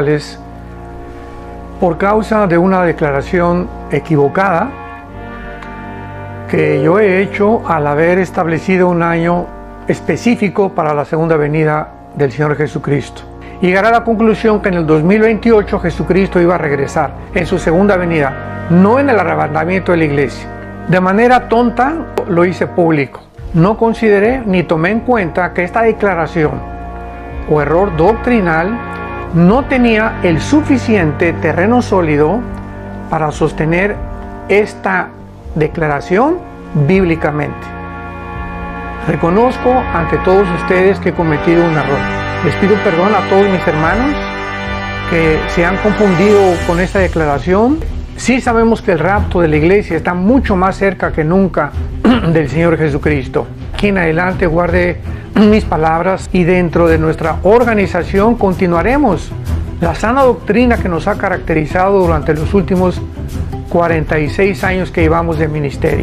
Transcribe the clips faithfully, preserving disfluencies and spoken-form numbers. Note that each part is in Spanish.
sociales por causa de una declaración equivocada que yo he hecho al haber establecido un año específico para la segunda venida del Señor Jesucristo. Llegar a la conclusión que en el dos mil veintiocho Jesucristo iba a regresar en su segunda venida, no en el arrebatamiento de la iglesia. De manera tonta lo hice público. No consideré ni tomé en cuenta que esta declaración o error doctrinal no tenía el suficiente terreno sólido para sostener esta declaración bíblicamente. Reconozco ante todos ustedes que he cometido un error. Les pido perdón a todos mis hermanos que se han confundido con esta declaración. Sí sabemos que el rapto de la iglesia está mucho más cerca que nunca del Señor Jesucristo. Aquí en adelante guarde mis palabras y dentro de nuestra organización continuaremos la sana doctrina que nos ha caracterizado durante los últimos cuarenta y seis años que llevamos de ministerio.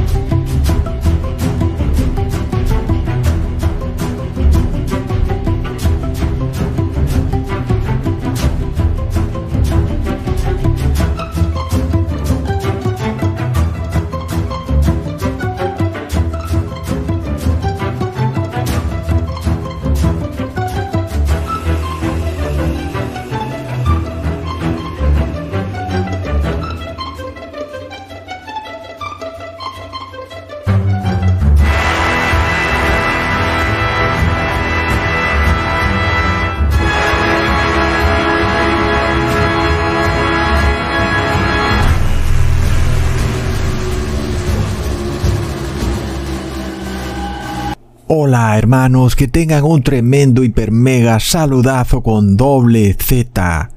Hola hermanos, que tengan un tremendo hiper mega saludazo con doble Z.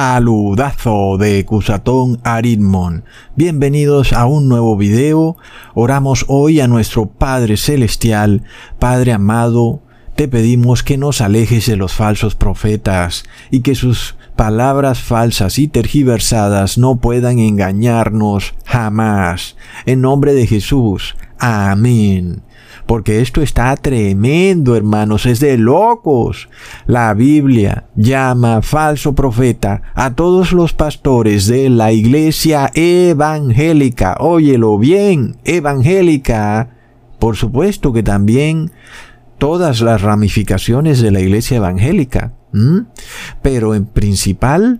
Saludazo de Cusatón Aritmon. Bienvenidos a un nuevo video. Oramos hoy a nuestro Padre Celestial. Padre amado, te pedimos que nos alejes de los falsos profetas y que sus palabras falsas y tergiversadas no puedan engañarnos jamás. En nombre de Jesús. Amén. Porque esto está tremendo, hermanos, es de locos. La Biblia llama falso profeta a todos los pastores de la iglesia evangélica. Óyelo bien, evangélica. Por supuesto que también todas las ramificaciones de la iglesia evangélica. ¿Mm? Pero en principal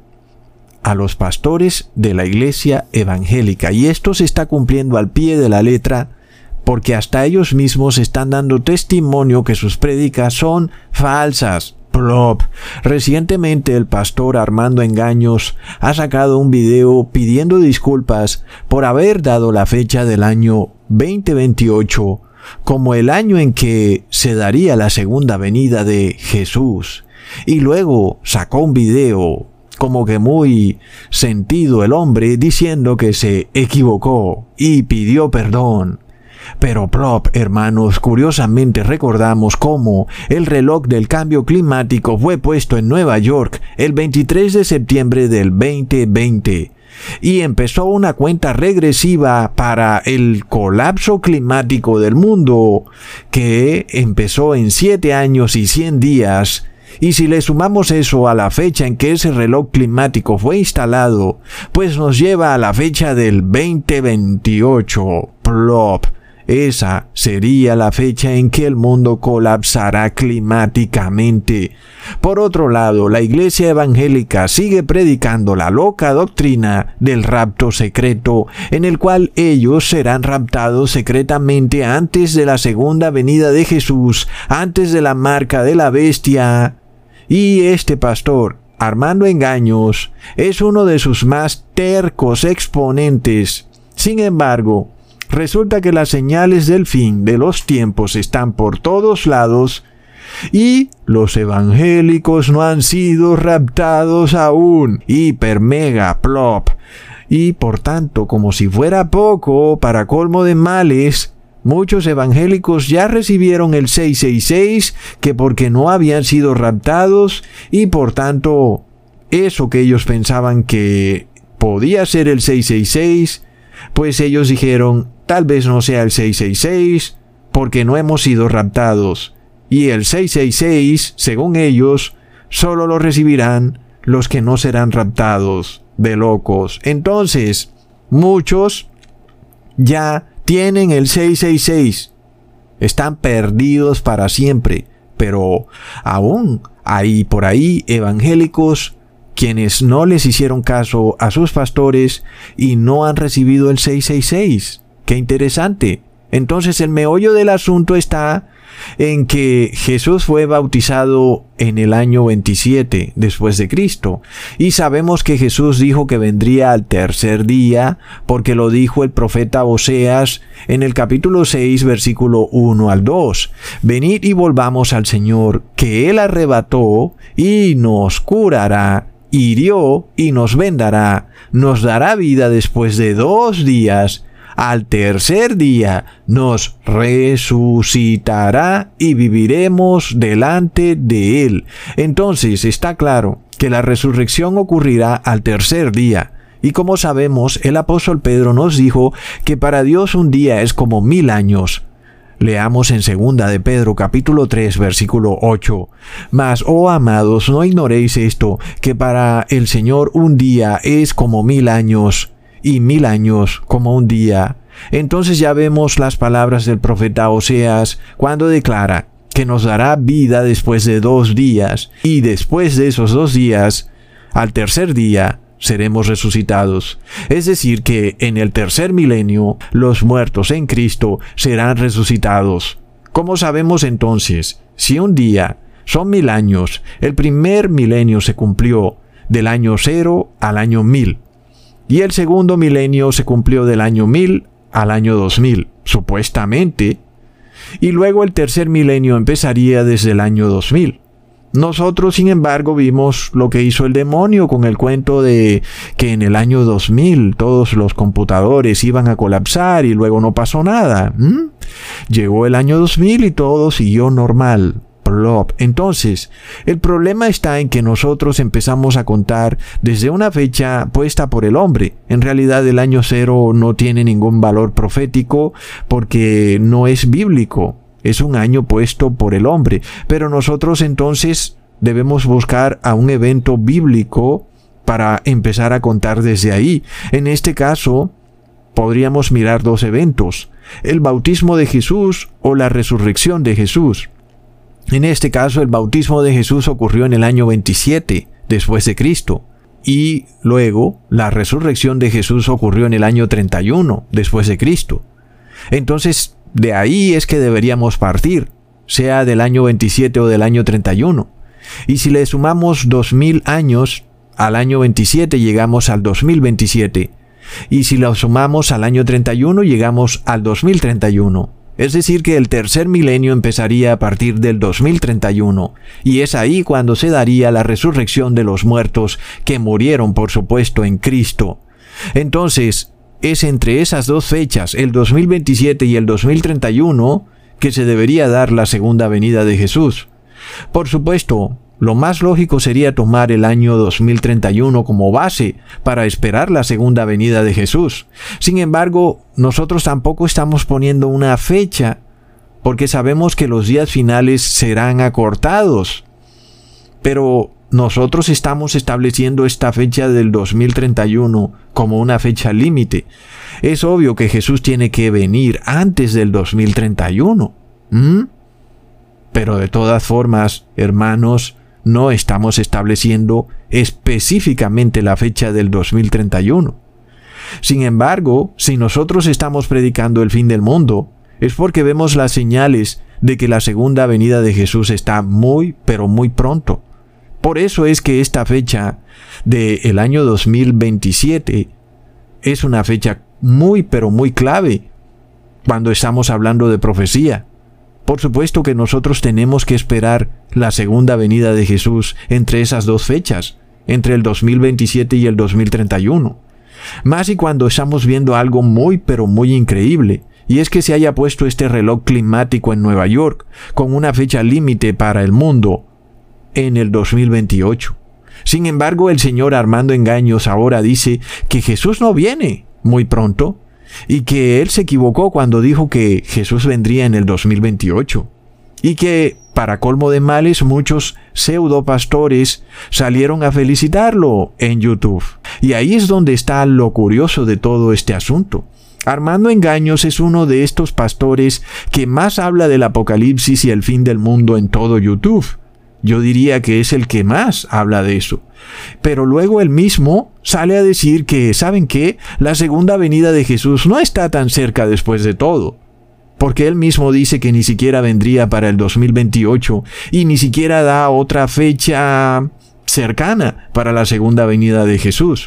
a los pastores de la iglesia evangélica. Y esto se está cumpliendo al pie de la letra, porque hasta ellos mismos están dando testimonio que sus prédicas son falsas. Plop. Recientemente el pastor Armando Engaños ha sacado un video pidiendo disculpas por haber dado la fecha del año veinte veintiocho como el año en que se daría la segunda venida de Jesús. Y luego sacó un video como que muy sentido el hombre diciendo que se equivocó y pidió perdón. Pero plop, hermanos, curiosamente recordamos cómo el reloj del cambio climático fue puesto en Nueva York el veintitrés de septiembre del veinte veinte y empezó una cuenta regresiva para el colapso climático del mundo que empezó en siete años y cien días. Y si le sumamos eso a la fecha en que ese reloj climático fue instalado, pues nos lleva a la fecha del veinte veintiocho. Plop. Esa sería la fecha en que el mundo colapsará climáticamente. Por otro lado, la iglesia evangélica sigue predicando la loca doctrina del rapto secreto, en el cual ellos serán raptados secretamente antes de la segunda venida de Jesús, antes de la marca de la bestia. Y este pastor, Armando Engaños, es uno de sus más tercos exponentes. Sin embargo, resulta que las señales del fin de los tiempos están por todos lados y los evangélicos no han sido raptados aún. Hiper mega plop. Y por tanto, como si fuera poco, para colmo de males, muchos evangélicos ya recibieron el seiscientos sesenta y seis, que porque no habían sido raptados, y por tanto, eso que ellos pensaban que podía ser el seiscientos sesenta y seis, pues ellos dijeron, tal vez no sea el seiscientos sesenta y seis, porque no hemos sido raptados. Y el seiscientos sesenta y seis, según ellos, solo lo recibirán los que no serán raptados de locos. Entonces, muchos ya tienen el seiscientos sesenta y seis. Están perdidos para siempre. Pero aún hay por ahí evangélicos quienes no les hicieron caso a sus pastores y no han recibido el seiscientos sesenta y seis. ¡Qué interesante! Entonces el meollo del asunto está en que Jesús fue bautizado en el año veintisiete después de Cristo. Y sabemos que Jesús dijo que vendría al tercer día, porque lo dijo el profeta Oseas en el capítulo seis, versículo uno al dos. Venid y volvamos al Señor, que Él arrebató y nos curará, hirió y nos vendará, nos dará vida después de dos días. Al tercer día nos resucitará y viviremos delante de Él. Entonces está claro que la resurrección ocurrirá al tercer día. Y como sabemos, el apóstol Pedro nos dijo que para Dios un día es como mil años. Leamos en segunda de Pedro capítulo tres versículo ocho. Mas, oh amados, no ignoréis esto, que para el Señor un día es como mil años, y mil años como un día. Entonces ya vemos las palabras del profeta Oseas cuando declara que nos dará vida después de dos días, y después de esos dos días, al tercer día, seremos resucitados. Es decir, que en el tercer milenio, los muertos en Cristo serán resucitados. ¿Cómo sabemos entonces? Si un día son mil años, el primer milenio se cumplió del año cero al año mil. Y el segundo milenio se cumplió del año mil al año dos mil, supuestamente. Y luego el tercer milenio empezaría desde el año dos mil. Nosotros, sin embargo, vimos lo que hizo el demonio con el cuento de que en el año dos mil todos los computadores iban a colapsar y luego no pasó nada. ¿Mm? Llegó el año dos mil y todo siguió normal. Plop. Entonces, el problema está en que nosotros empezamos a contar desde una fecha puesta por el hombre. En realidad el año cero no tiene ningún valor profético porque no es bíblico. Es un año puesto por el hombre. Pero nosotros entonces debemos buscar a un evento bíblico para empezar a contar desde ahí. En este caso, podríamos mirar dos eventos: el bautismo de Jesús o la resurrección de Jesús. En este caso, el bautismo de Jesús ocurrió en el año veintisiete después de Cristo, y luego la resurrección de Jesús ocurrió en el año treinta y uno después de Cristo. Entonces, de ahí es que deberíamos partir, sea del año veintisiete o del año treinta y uno. Y si le sumamos dos mil años al año veintisiete, llegamos al dos mil veintisiete. Y si lo sumamos al año treinta y uno, llegamos al dos mil treinta y uno. Es decir, que el tercer milenio empezaría a partir del dos mil treinta y uno, y es ahí cuando se daría la resurrección de los muertos que murieron, por supuesto, en Cristo. Entonces, es entre esas dos fechas, el dos mil veintisiete y el dos mil treinta y uno, que se debería dar la segunda venida de Jesús. Por supuesto, lo más lógico sería tomar el año dos mil treinta y uno como base para esperar la segunda venida de Jesús. Sin embargo, nosotros tampoco estamos poniendo una fecha, porque sabemos que los días finales serán acortados. Pero nosotros estamos estableciendo esta fecha del dos mil treinta y uno como una fecha límite. Es obvio que Jesús tiene que venir antes del dos mil treinta y uno. ¿Mm? Pero de todas formas, hermanos, no estamos estableciendo específicamente la fecha del dos mil treinta y uno. Sin embargo, si nosotros estamos predicando el fin del mundo, es porque vemos las señales de que la segunda venida de Jesús está muy, pero muy pronto. Por eso es que esta fecha del año dos mil veintisiete es una fecha muy, pero muy clave cuando estamos hablando de profecía. Por supuesto que nosotros tenemos que esperar la segunda venida de Jesús entre esas dos fechas, entre el dos mil veintisiete y el dos mil treinta y uno. Más y cuando estamos viendo algo muy pero muy increíble, y es que se haya puesto este reloj climático en Nueva York con una fecha límite para el mundo en el dos mil veintiocho. Sin embargo, el señor Armando Engaños ahora dice que Jesús no viene muy pronto, y que él se equivocó cuando dijo que Jesús vendría en el dos mil veintiocho, y que para colmo de males, muchos pseudopastores salieron a felicitarlo en YouTube. Y ahí es donde está lo curioso de todo este asunto. Armando Engaños es uno de estos pastores que más habla del apocalipsis y el fin del mundo en todo YouTube. Yo diría que es el que más habla de eso. Pero luego él mismo sale a decir que, ¿saben qué? La segunda venida de Jesús no está tan cerca después de todo. Porque él mismo dice que ni siquiera vendría para el dos mil veintiocho y ni siquiera da otra fecha cercana para la segunda venida de Jesús.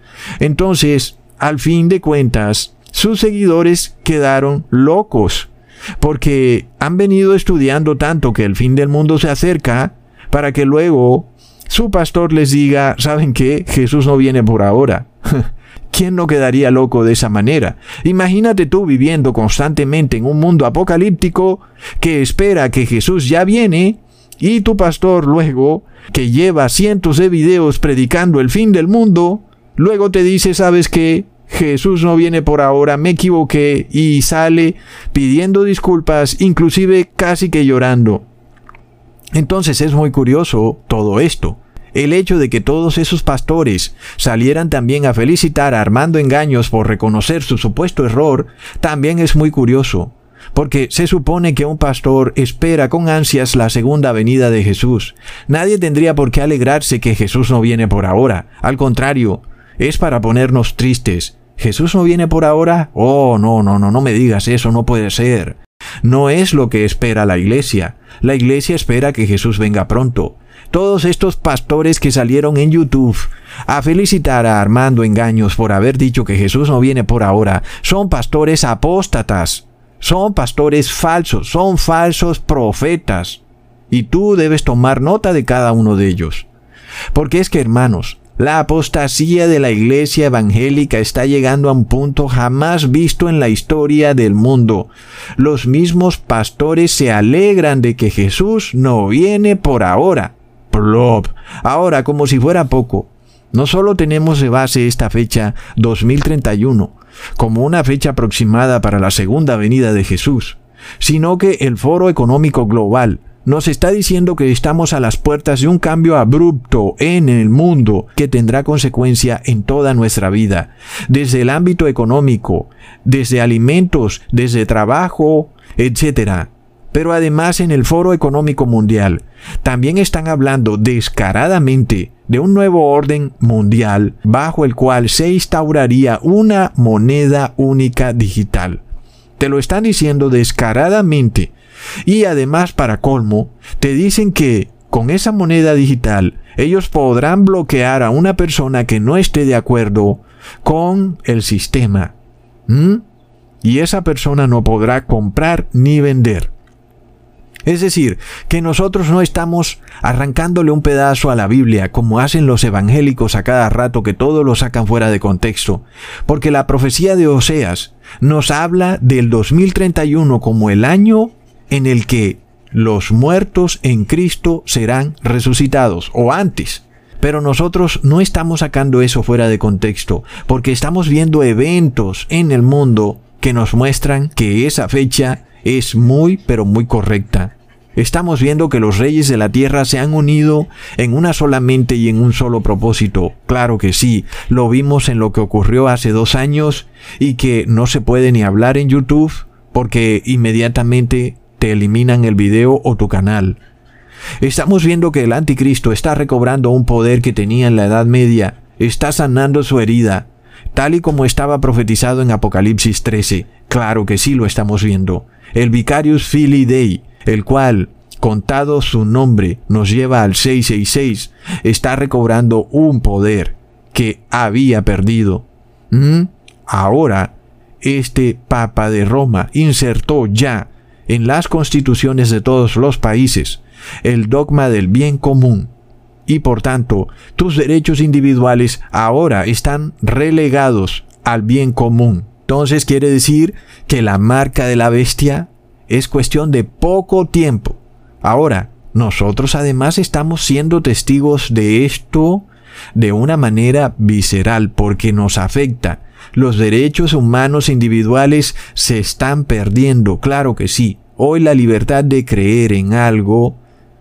Entonces, al fin de cuentas, sus seguidores quedaron locos, porque han venido estudiando tanto que el fin del mundo se acerca, para que luego su pastor les diga, ¿saben qué? Jesús no viene por ahora. ¿Quién no quedaría loco de esa manera? Imagínate tú viviendo constantemente en un mundo apocalíptico que espera que Jesús ya viene, y tu pastor luego, que lleva cientos de videos predicando el fin del mundo, luego te dice, ¿sabes qué? Jesús no viene por ahora, me equivoqué, y sale pidiendo disculpas, inclusive casi que llorando. Entonces es muy curioso todo esto. El hecho de que todos esos pastores salieran también a felicitar a Armando Engaños por reconocer su supuesto error, también es muy curioso, porque se supone que un pastor espera con ansias la segunda venida de Jesús. Nadie tendría por qué alegrarse que Jesús no viene por ahora. Al contrario, es para ponernos tristes. ¿Jesús no viene por ahora? Oh, no, no, no, no me digas eso, no puede ser. No es lo que espera la iglesia. La iglesia espera que Jesús venga pronto. Todos estos pastores que salieron en YouTube a felicitar a Armando Engaños por haber dicho que Jesús no viene por ahora, son pastores apóstatas, son pastores falsos, son falsos profetas. Y tú debes tomar nota de cada uno de ellos. Porque es que, hermanos, la apostasía de la iglesia evangélica está llegando a un punto jamás visto en la historia del mundo. Los mismos pastores se alegran de que Jesús no viene por ahora. Plop. Ahora, como si fuera poco, no solo tenemos de base esta fecha dos mil treinta y uno como una fecha aproximada para la segunda venida de Jesús, sino que el Foro Económico Global nos está diciendo que estamos a las puertas de un cambio abrupto en el mundo que tendrá consecuencia en toda nuestra vida, desde el ámbito económico, desde alimentos, desde trabajo, etcétera. Pero además en el Foro Económico Mundial también están hablando descaradamente de un nuevo orden mundial bajo el cual se instauraría una moneda única digital. Te lo están diciendo descaradamente. Y además, para colmo, te dicen que con esa moneda digital ellos podrán bloquear a una persona que no esté de acuerdo con el sistema. ¿Mm? Y esa persona no podrá comprar ni vender. Es decir, que nosotros no estamos arrancándole un pedazo a la Biblia como hacen los evangélicos a cada rato, que todo lo sacan fuera de contexto, porque la profecía de Oseas nos habla del dos mil treinta y uno como el año en el que los muertos en Cristo serán resucitados, o antes. Pero nosotros no estamos sacando eso fuera de contexto, porque estamos viendo eventos en el mundo que nos muestran que esa fecha es muy, pero muy correcta. Estamos viendo que los reyes de la tierra se han unido en una sola mente y en un solo propósito. Claro que sí, lo vimos en lo que ocurrió hace dos años y que no se puede ni hablar en YouTube porque inmediatamente te eliminan el video o tu canal. Estamos viendo que el anticristo está recobrando un poder que tenía en la Edad Media, está sanando su herida, tal y como estaba profetizado en Apocalipsis trece. Claro que sí lo estamos viendo. El Vicarius Filii Dei, el cual, contado su nombre, nos lleva al seiscientos sesenta y seis, está recobrando un poder que había perdido. ¿Mm? Ahora, este Papa de Roma insertó ya en las constituciones de todos los países el dogma del bien común, y por tanto, tus derechos individuales ahora están relegados al bien común. Entonces quiere decir que la marca de la bestia es cuestión de poco tiempo. Ahora, nosotros además estamos siendo testigos de esto de una manera visceral porque nos afecta. Los derechos humanos individuales se están perdiendo, claro que sí. hoy la libertad de creer en algo,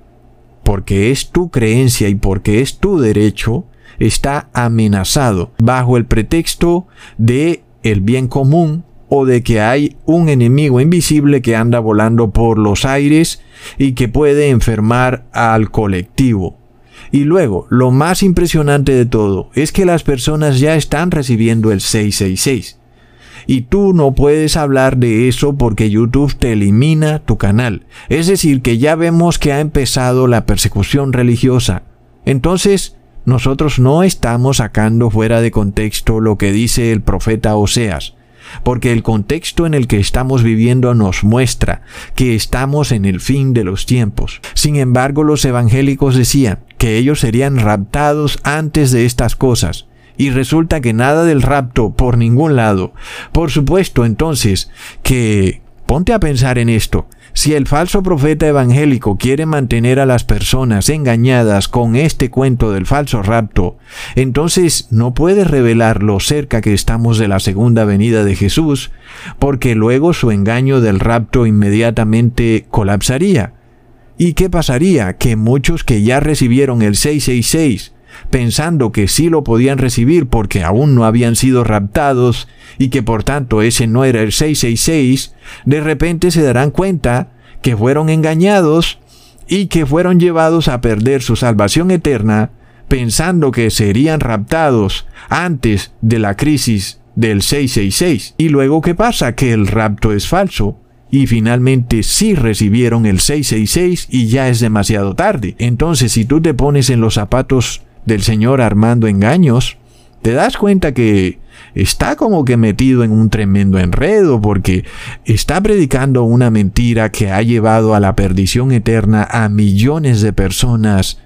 porque es tu creencia y porque es tu derecho, está amenazado bajo el pretexto de el bien común o de que hay un enemigo invisible que anda volando por los aires y que puede enfermar al colectivo. Y luego, lo más impresionante de todo es que las personas ya están recibiendo el seiscientos sesenta y seis. Y tú no puedes hablar de eso porque YouTube te elimina tu canal. Es decir, que ya vemos que ha empezado la persecución religiosa. Entonces, nosotros no estamos sacando fuera de contexto lo que dice el profeta Oseas, porque el contexto en el que estamos viviendo nos muestra que estamos en el fin de los tiempos. Sin embargo, los evangélicos decían que ellos serían raptados antes de estas cosas. Y resulta que nada del rapto por ningún lado. Por supuesto, entonces, que ponte a pensar en esto. Si el falso profeta evangélico quiere mantener a las personas engañadas con este cuento del falso rapto, entonces no puede revelar lo cerca que estamos de la segunda venida de Jesús, porque luego su engaño del rapto inmediatamente colapsaría. ¿Y qué pasaría? Que muchos que ya recibieron el seiscientos sesenta y seis, pensando que sí lo podían recibir porque aún no habían sido raptados y que por tanto ese no era el seiscientos sesenta y seis, de repente se darán cuenta que fueron engañados y que fueron llevados a perder su salvación eterna pensando que serían raptados antes de la crisis del seiscientos sesenta y seis. Y luego, ¿qué pasa? Que el rapto es falso. Y finalmente sí recibieron el seiscientos sesenta y seis y ya es demasiado tarde. Entonces, si tú te pones en los zapatos del señor Armando Engaños, te das cuenta que está como que metido en un tremendo enredo, porque está predicando una mentira que ha llevado a la perdición eterna a millones de personas.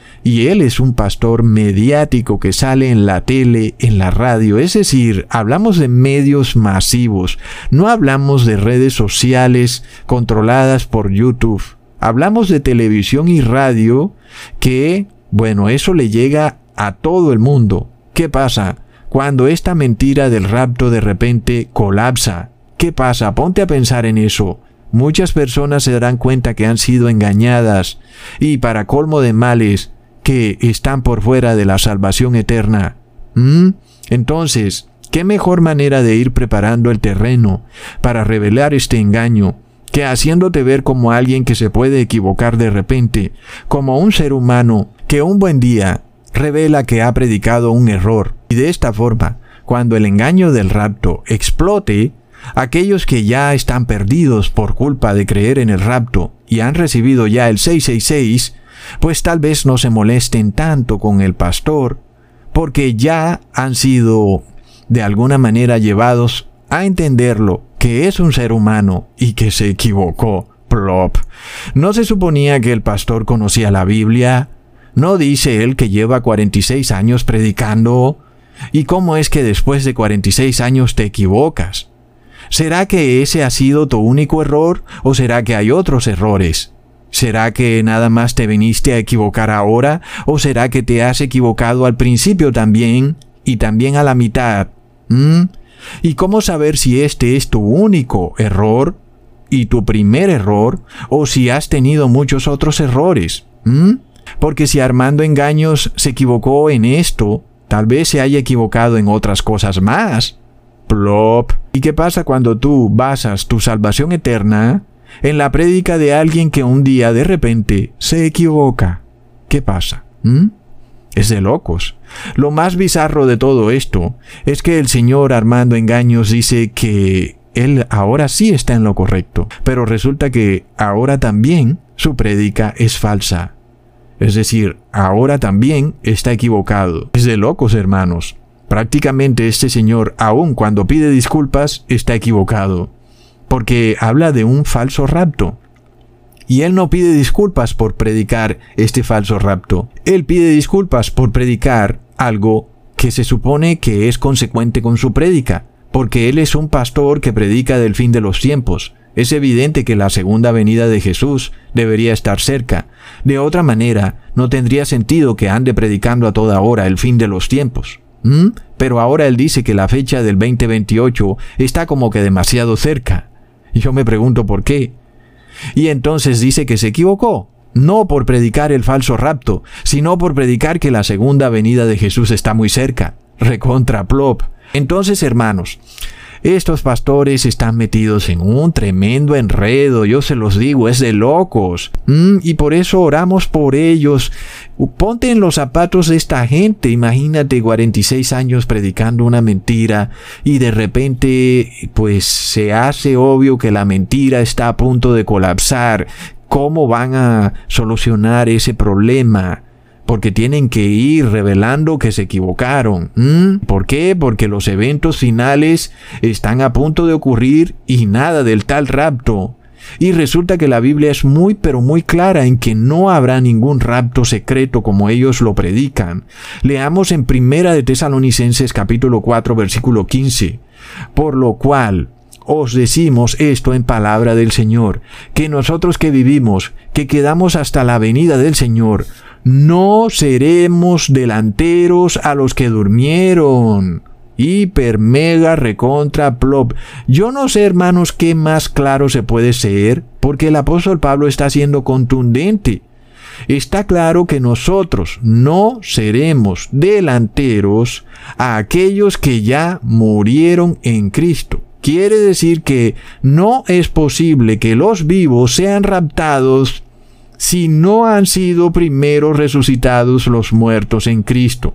Y él es un pastor mediático que sale en la tele, en la radio, es decir, hablamos de medios masivos, no hablamos de redes sociales controladas por YouTube, hablamos de televisión y radio que, bueno, eso le llega a todo el mundo. ¿Qué pasa cuando esta mentira del rapto de repente colapsa? ¿Qué pasa? Ponte a pensar en eso. Muchas personas se darán cuenta que han sido engañadas y, para colmo de males, que están por fuera de la salvación eterna. ¿Mm? Entonces, ¿qué mejor manera de ir preparando el terreno para revelar este engaño que haciéndote ver como alguien que se puede equivocar de repente, como un ser humano que un buen día revela que ha predicado un error? Y de esta forma, cuando el engaño del rapto explote, aquellos que ya están perdidos por culpa de creer en el rapto y han recibido ya el seiscientos sesenta y seis, pues tal vez no se molesten tanto con el pastor, porque ya han sido de alguna manera llevados a entenderlo, que es un ser humano y que se equivocó. Plop. ¿No se suponía que el pastor conocía la Biblia? ¿No dice él que lleva cuarenta y seis años predicando? ¿Y cómo es que después de cuarenta y seis años te equivocas? ¿Será que ese ha sido tu único error o será que hay otros errores? ¿Será que nada más te viniste a equivocar ahora o será que te has equivocado al principio también y también a la mitad? ¿Mm? ¿Y cómo saber si este es tu único error y tu primer error o si has tenido muchos otros errores? ¿Mm? Porque si Armando Engaños se equivocó en esto, tal vez se haya equivocado en otras cosas más. Plop. ¿Y qué pasa cuando tú basas tu salvación eterna en la prédica de alguien que un día de repente se equivoca? ¿Qué pasa? ¿Mm? Es de locos. Lo más bizarro de todo esto es que el señor Armando Engaños dice que él ahora sí está en lo correcto, pero resulta que ahora también su prédica es falsa. Es decir, ahora también está equivocado. Es de locos, hermanos. Prácticamente este señor, aun cuando pide disculpas, está equivocado, porque habla de un falso rapto. Y él no pide disculpas por predicar este falso rapto. Él pide disculpas por predicar algo que se supone que es consecuente con su prédica, porque él es un pastor que predica del fin de los tiempos. Es evidente que la segunda venida de Jesús debería estar cerca. De otra manera, no tendría sentido que ande predicando a toda hora el fin de los tiempos. ¿Mm? Pero ahora él dice que la fecha del veinte veintiocho está como que demasiado cerca. Y yo me pregunto por qué. Y entonces dice que se equivocó, no por predicar el falso rapto, sino por predicar que la segunda venida de Jesús está muy cerca. Recontra plop. Entonces, hermanos, estos pastores están metidos en un tremendo enredo, yo se los digo, es de locos. Mm, y por eso oramos por ellos. Ponte en los zapatos de esta gente. Imagínate cuarenta y seis años predicando una mentira y de repente pues se hace obvio que la mentira está a punto de colapsar. ¿Cómo van a solucionar ese problema? Porque tienen que ir revelando que se equivocaron. ¿Mm? ¿Por qué? Porque los eventos finales están a punto de ocurrir y nada del tal rapto. Y resulta que la Biblia es muy pero muy clara en que no habrá ningún rapto secreto como ellos lo predican. Leamos en Primera de Tesalonicenses capítulo cuatro versículo quince. Por lo cual os decimos esto en palabra del Señor, que nosotros que vivimos, que quedamos hasta la venida del Señor, no seremos delanteros a los que durmieron. Hiper, mega, recontra, plop. Yo no sé, hermanos, qué más claro se puede ser, porque el apóstol Pablo está siendo contundente. Está claro que nosotros no seremos delanteros a aquellos que ya murieron en Cristo. Quiere decir que no es posible que los vivos sean raptados si no han sido primero resucitados los muertos en Cristo.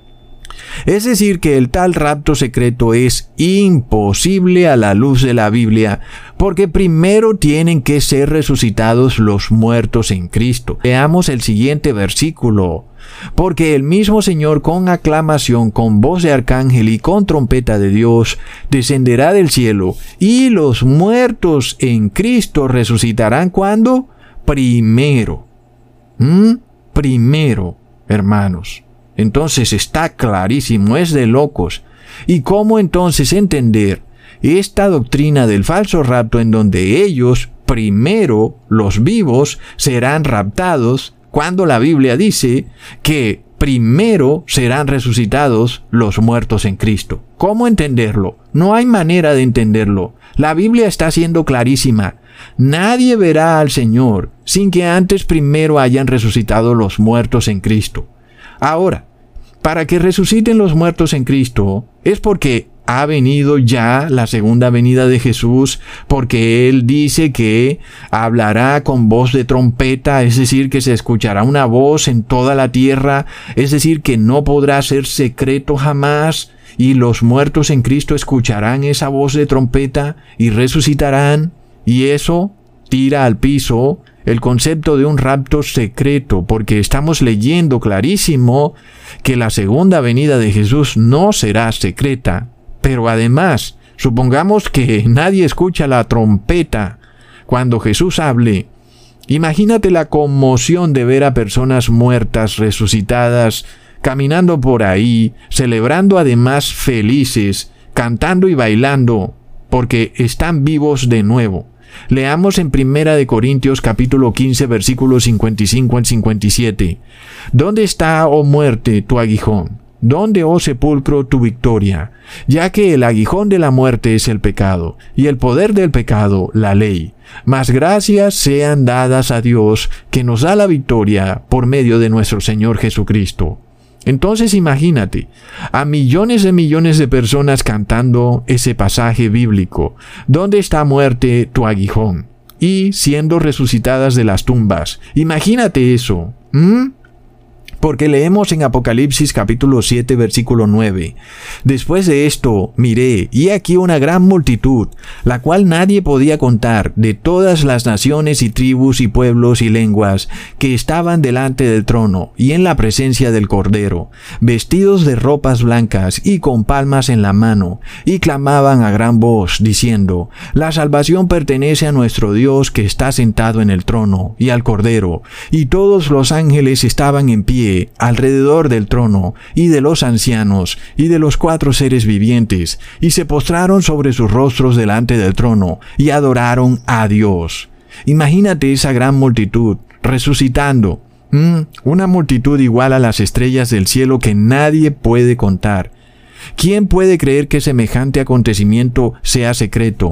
Es decir, que el tal rapto secreto es imposible a la luz de la Biblia, porque primero tienen que ser resucitados los muertos en Cristo. Veamos el siguiente versículo. Porque el mismo Señor con aclamación, con voz de arcángel y con trompeta de Dios, descenderá del cielo, y los muertos en Cristo resucitarán ¿cuándo? Primero. ¿Mm? Primero, hermanos. Entonces está clarísimo, es de locos. ¿Y cómo entonces entender esta doctrina del falso rapto en donde ellos, primero, los vivos, serán raptados, cuando la Biblia dice que primero serán resucitados los muertos en Cristo? ¿Cómo entenderlo? No hay manera de entenderlo. La Biblia está siendo clarísima. Nadie verá al Señor sin que antes primero hayan resucitado los muertos en Cristo. Ahora, para que resuciten los muertos en Cristo, es porque ha venido ya la segunda venida de Jesús, porque Él dice que hablará con voz de trompeta, es decir, que se escuchará una voz en toda la tierra, es decir, que no podrá ser secreto jamás, y los muertos en Cristo escucharán esa voz de trompeta y resucitarán, y eso tira al piso el concepto de un rapto secreto, porque estamos leyendo clarísimo que la segunda venida de Jesús no será secreta. Pero además, supongamos que nadie escucha la trompeta cuando Jesús hable. Imagínate la conmoción de ver a personas muertas, resucitadas, caminando por ahí, celebrando además felices, cantando y bailando, porque están vivos de nuevo. Leamos en Primera de Corintios capítulo quince versículos cincuenta y cinco al cincuenta y siete. ¿Dónde está, oh muerte, tu aguijón? ¿Dónde, oh sepulcro, tu victoria? Ya que el aguijón de la muerte es el pecado, y el poder del pecado, la ley. Mas gracias sean dadas a Dios, que nos da la victoria por medio de nuestro Señor Jesucristo. Entonces imagínate, a millones de millones de personas cantando ese pasaje bíblico, ¿dónde está muerte tu aguijón? Y siendo resucitadas de las tumbas. Imagínate eso. ¿Mm? Porque leemos en Apocalipsis capítulo siete versículo nueve. Después de esto miré, y aquí una gran multitud, la cual nadie podía contar, de todas las naciones y tribus y pueblos y lenguas, que estaban delante del trono y en la presencia del Cordero, vestidos de ropas blancas y con palmas en la mano, y clamaban a gran voz, diciendo: La salvación pertenece a nuestro Dios que está sentado en el trono, y al Cordero. Y todos los ángeles estaban en pie alrededor del trono, y de los ancianos, y de los cuatro seres vivientes, y se postraron sobre sus rostros delante del trono, y adoraron a Dios. Imagínate esa gran multitud, resucitando. Mm, una multitud igual a las estrellas del cielo que nadie puede contar. ¿Quién puede creer que semejante acontecimiento sea secreto?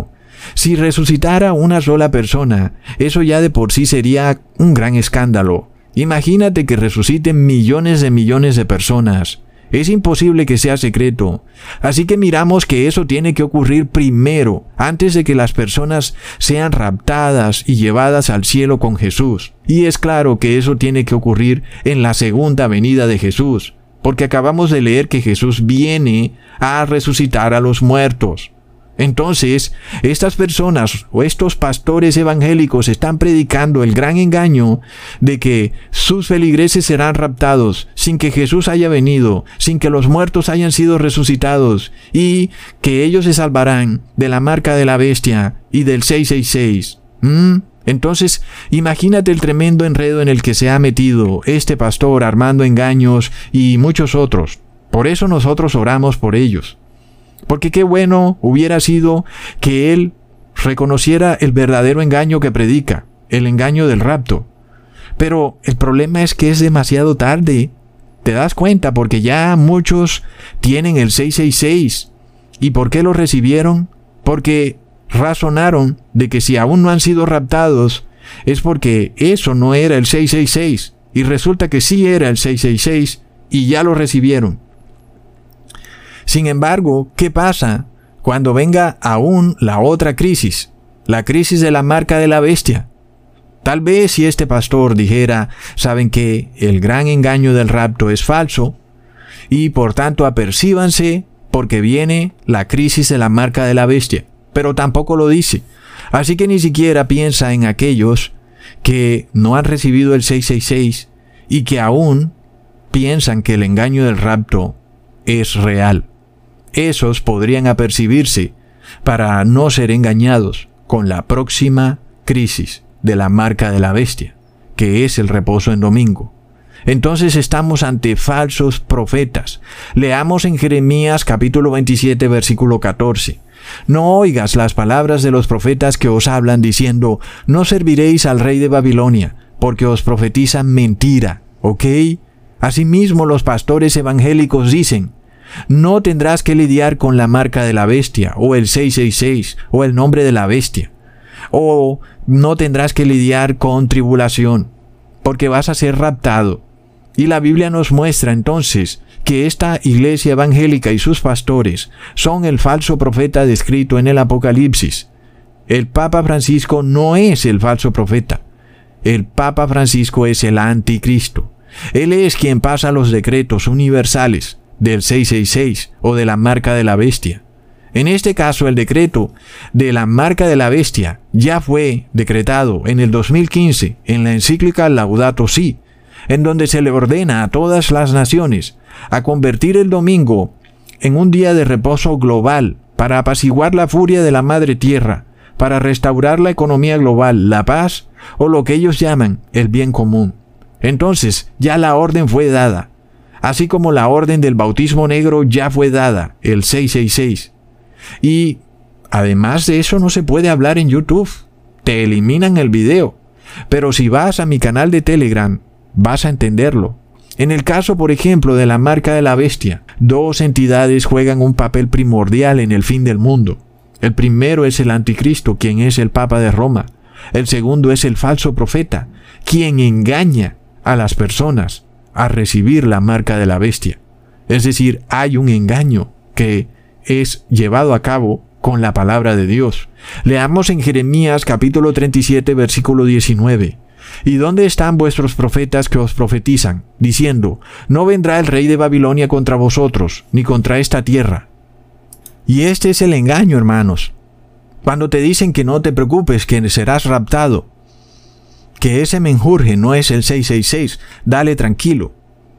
Si resucitara una sola persona, eso ya de por sí sería un gran escándalo. Imagínate que resuciten millones de millones de personas. Es imposible que sea secreto. Así que miramos que eso tiene que ocurrir primero, antes de que las personas sean raptadas y llevadas al cielo con Jesús. Y es claro que eso tiene que ocurrir en la segunda venida de Jesús, porque acabamos de leer que Jesús viene a resucitar a los muertos. Entonces, estas personas o estos pastores evangélicos están predicando el gran engaño de que sus feligreses serán raptados sin que Jesús haya venido, sin que los muertos hayan sido resucitados, y que ellos se salvarán de la marca de la bestia y del seiscientos sesenta y seis. ¿Mm? Entonces, imagínate el tremendo enredo en el que se ha metido este pastor armando engaños y muchos otros. Por eso nosotros oramos por ellos. Porque qué bueno hubiera sido que él reconociera el verdadero engaño que predica, el engaño del rapto. Pero el problema es que es demasiado tarde. ¿Te das cuenta? Porque ya muchos tienen el seiscientos sesenta y seis. ¿Y por qué lo recibieron? Porque razonaron de que si aún no han sido raptados, es porque eso no era el seiscientos sesenta y seis. Y resulta que sí era el seiscientos sesenta y seis y ya lo recibieron. Sin embargo, ¿qué pasa cuando venga aún la otra crisis? La crisis de la marca de la bestia. Tal vez si este pastor dijera, ¿saben qué? El gran engaño del rapto es falso y por tanto apercíbanse porque viene la crisis de la marca de la bestia. Pero tampoco lo dice. Así que ni siquiera piensa en aquellos que no han recibido el seiscientos sesenta y seis y que aún piensan que el engaño del rapto es real. Esos podrían apercibirse para no ser engañados con la próxima crisis de la marca de la bestia, que es el reposo en domingo. Entonces estamos ante falsos profetas. Leamos en Jeremías capítulo veintisiete, versículo catorce. No oigas las palabras de los profetas que os hablan diciendo, no serviréis al rey de Babilonia, porque os profetizan mentira. ¿Ok? Asimismo los pastores evangélicos dicen, no tendrás que lidiar con la marca de la bestia, o el seiscientos sesenta y seis, o el nombre de la bestia. O no tendrás que lidiar con tribulación, porque vas a ser raptado. Y la Biblia nos muestra entonces que esta iglesia evangélica y sus pastores son el falso profeta descrito en el Apocalipsis. El Papa Francisco no es el falso profeta. El Papa Francisco es el anticristo. Él es quien pasa los decretos universales del seiscientos sesenta y seis o de la marca de la bestia. En este caso, el decreto de la marca de la bestia ya fue decretado en el dos mil quince en la encíclica Laudato Si, en donde se le ordena a todas las naciones a convertir el domingo en un día de reposo global para apaciguar la furia de la madre tierra, para restaurar la economía global, la paz o lo que ellos llaman el bien común. Entonces, ya la orden fue dada. Así como la orden del bautismo negro ya fue dada, el seiscientos sesenta y seis. Y además de eso no se puede hablar en YouTube. Te eliminan el video. Pero si vas a mi canal de Telegram, vas a entenderlo. En el caso, por ejemplo, de la marca de la bestia, dos entidades juegan un papel primordial en el fin del mundo. El primero es el anticristo, quien es el Papa de Roma. El segundo es el falso profeta, quien engaña a las personas a recibir la marca de la bestia. Es decir, hay un engaño que es llevado a cabo con la palabra de Dios. Leamos en Jeremías capítulo treinta y siete, versículo diecinueve. ¿Y dónde están vuestros profetas que os profetizan, diciendo, no vendrá el rey de Babilonia contra vosotros, ni contra esta tierra? Y este es el engaño, hermanos. Cuando te dicen que no te preocupes, que serás raptado, que ese menjurje no es el seiscientos sesenta y seis, dale tranquilo.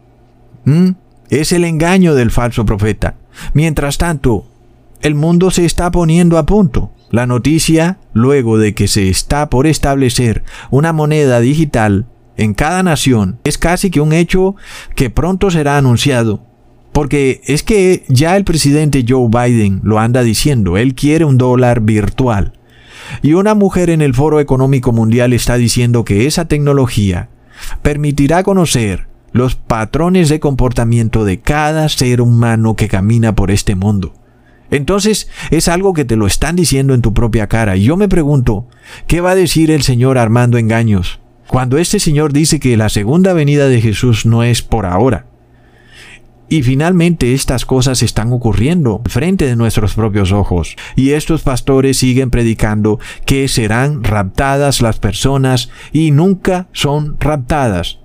¿Mm? Es el engaño del falso profeta. Mientras tanto, el mundo se está poniendo a punto. La noticia, luego de que se está por establecer una moneda digital en cada nación, es casi que un hecho que pronto será anunciado. Porque es que ya el presidente Joe Biden lo anda diciendo, él quiere un dólar virtual. Y una mujer en el Foro Económico Mundial está diciendo que esa tecnología permitirá conocer los patrones de comportamiento de cada ser humano que camina por este mundo. Entonces es algo que te lo están diciendo en tu propia cara. Y yo me pregunto, ¿qué va a decir el Señor armando engaños? Cuando este Señor dice que la segunda venida de Jesús no es por ahora. Y finalmente estas cosas están ocurriendo frente de nuestros propios ojos. Y estos pastores siguen predicando que serán raptadas las personas y nunca son raptadas.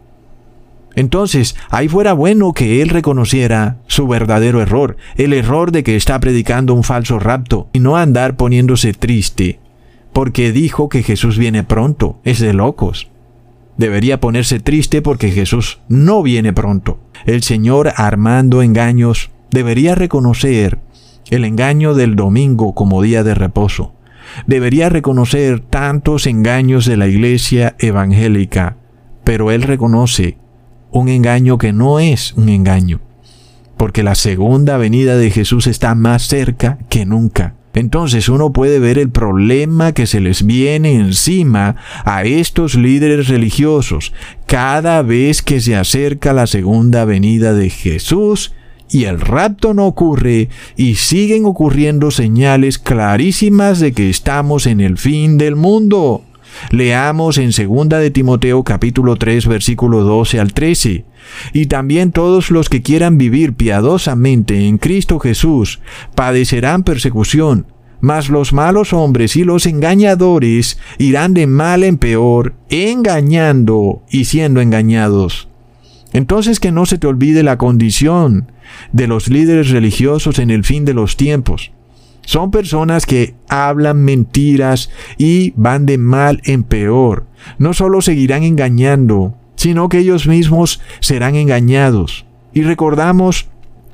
Entonces, ahí fuera bueno que él reconociera su verdadero error, el error de que está predicando un falso rapto, y no andar poniéndose triste, porque dijo que Jesús viene pronto. Es de locos. Debería ponerse triste porque Jesús no viene pronto. El Señor armando engaños debería reconocer el engaño del domingo como día de reposo. Debería reconocer tantos engaños de la iglesia evangélica, pero él reconoce un engaño que no es un engaño, porque la segunda venida de Jesús está más cerca que nunca. Entonces uno puede ver el problema que se les viene encima a estos líderes religiosos cada vez que se acerca la segunda venida de Jesús y el rapto no ocurre y siguen ocurriendo señales clarísimas de que estamos en el fin del mundo. Leamos en segunda de Timoteo capítulo tres versículo doce al trece. Y también todos los que quieran vivir piadosamente en Cristo Jesús padecerán persecución, mas los malos hombres y los engañadores irán de mal en peor, engañando y siendo engañados. Entonces que no se te olvide la condición de los líderes religiosos en el fin de los tiempos. Son personas que hablan mentiras y van de mal en peor. No solo seguirán engañando, sino que ellos mismos serán engañados. Y recordamos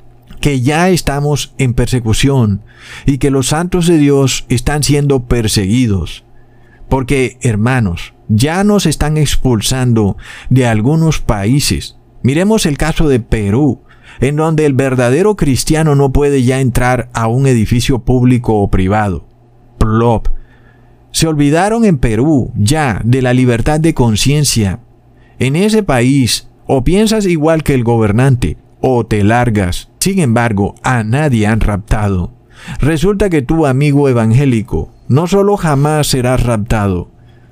que ya estamos en persecución y que los santos de Dios están siendo perseguidos. Porque, hermanos, ya nos están expulsando de algunos países. Miremos el caso de Perú, en donde el verdadero cristiano no puede ya entrar a un edificio público o privado. Plop. Se olvidaron en Perú ya de la libertad de conciencia. En ese país, o piensas igual que el gobernante, o te largas. Sin embargo, a nadie han raptado. Resulta que tú, amigo evangélico, no solo jamás serás raptado,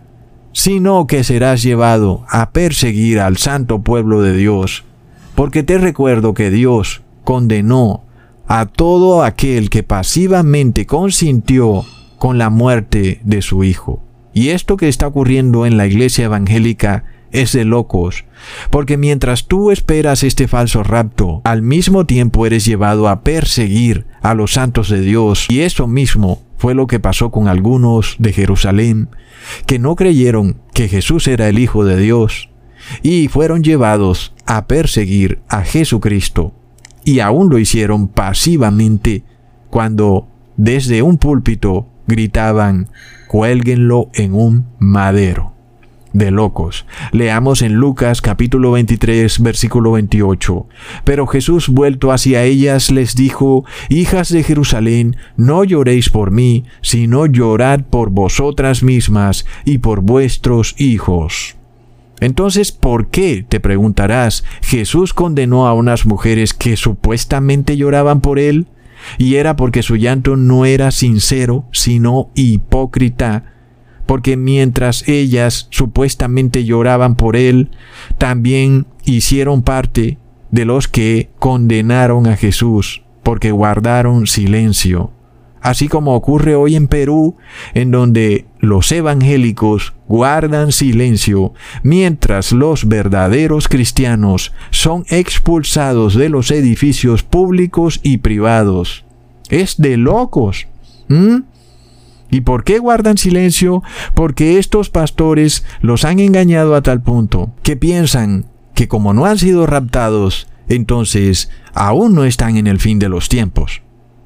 sino que serás llevado a perseguir al santo pueblo de Dios. Porque te recuerdo que Dios condenó a todo aquel que pasivamente consintió con la muerte de su Hijo. Y esto que está ocurriendo en la iglesia evangélica es de locos, porque mientras tú esperas este falso rapto, al mismo tiempo eres llevado a perseguir a los santos de Dios. Y eso mismo fue lo que pasó con algunos de Jerusalén, que no creyeron que Jesús era el Hijo de Dios, y fueron llevados a perseguir a Jesucristo, y aún lo hicieron pasivamente, cuando desde un púlpito gritaban: «Cuélguenlo en un madero». De locos. Leamos en Lucas capítulo veintitrés versículo veintiocho. Pero Jesús, vuelto hacia ellas, les dijo: «Hijas de Jerusalén, no lloréis por mí, sino llorad por vosotras mismas y por vuestros hijos». Entonces, ¿por qué, te preguntarás, Jesús condenó a unas mujeres que supuestamente lloraban por él? Y era porque su llanto no era sincero, sino hipócrita. Porque mientras ellas supuestamente lloraban por él, también hicieron parte de los que condenaron a Jesús, porque guardaron silencio. Así como ocurre hoy en Perú, en donde los evangélicos guardan silencio, mientras los verdaderos cristianos son expulsados de los edificios públicos y privados. Es de locos. ¿Mm? ¿Y por qué guardan silencio? Porque estos pastores los han engañado a tal punto que piensan que como no han sido raptados, entonces aún no están en el fin de los tiempos.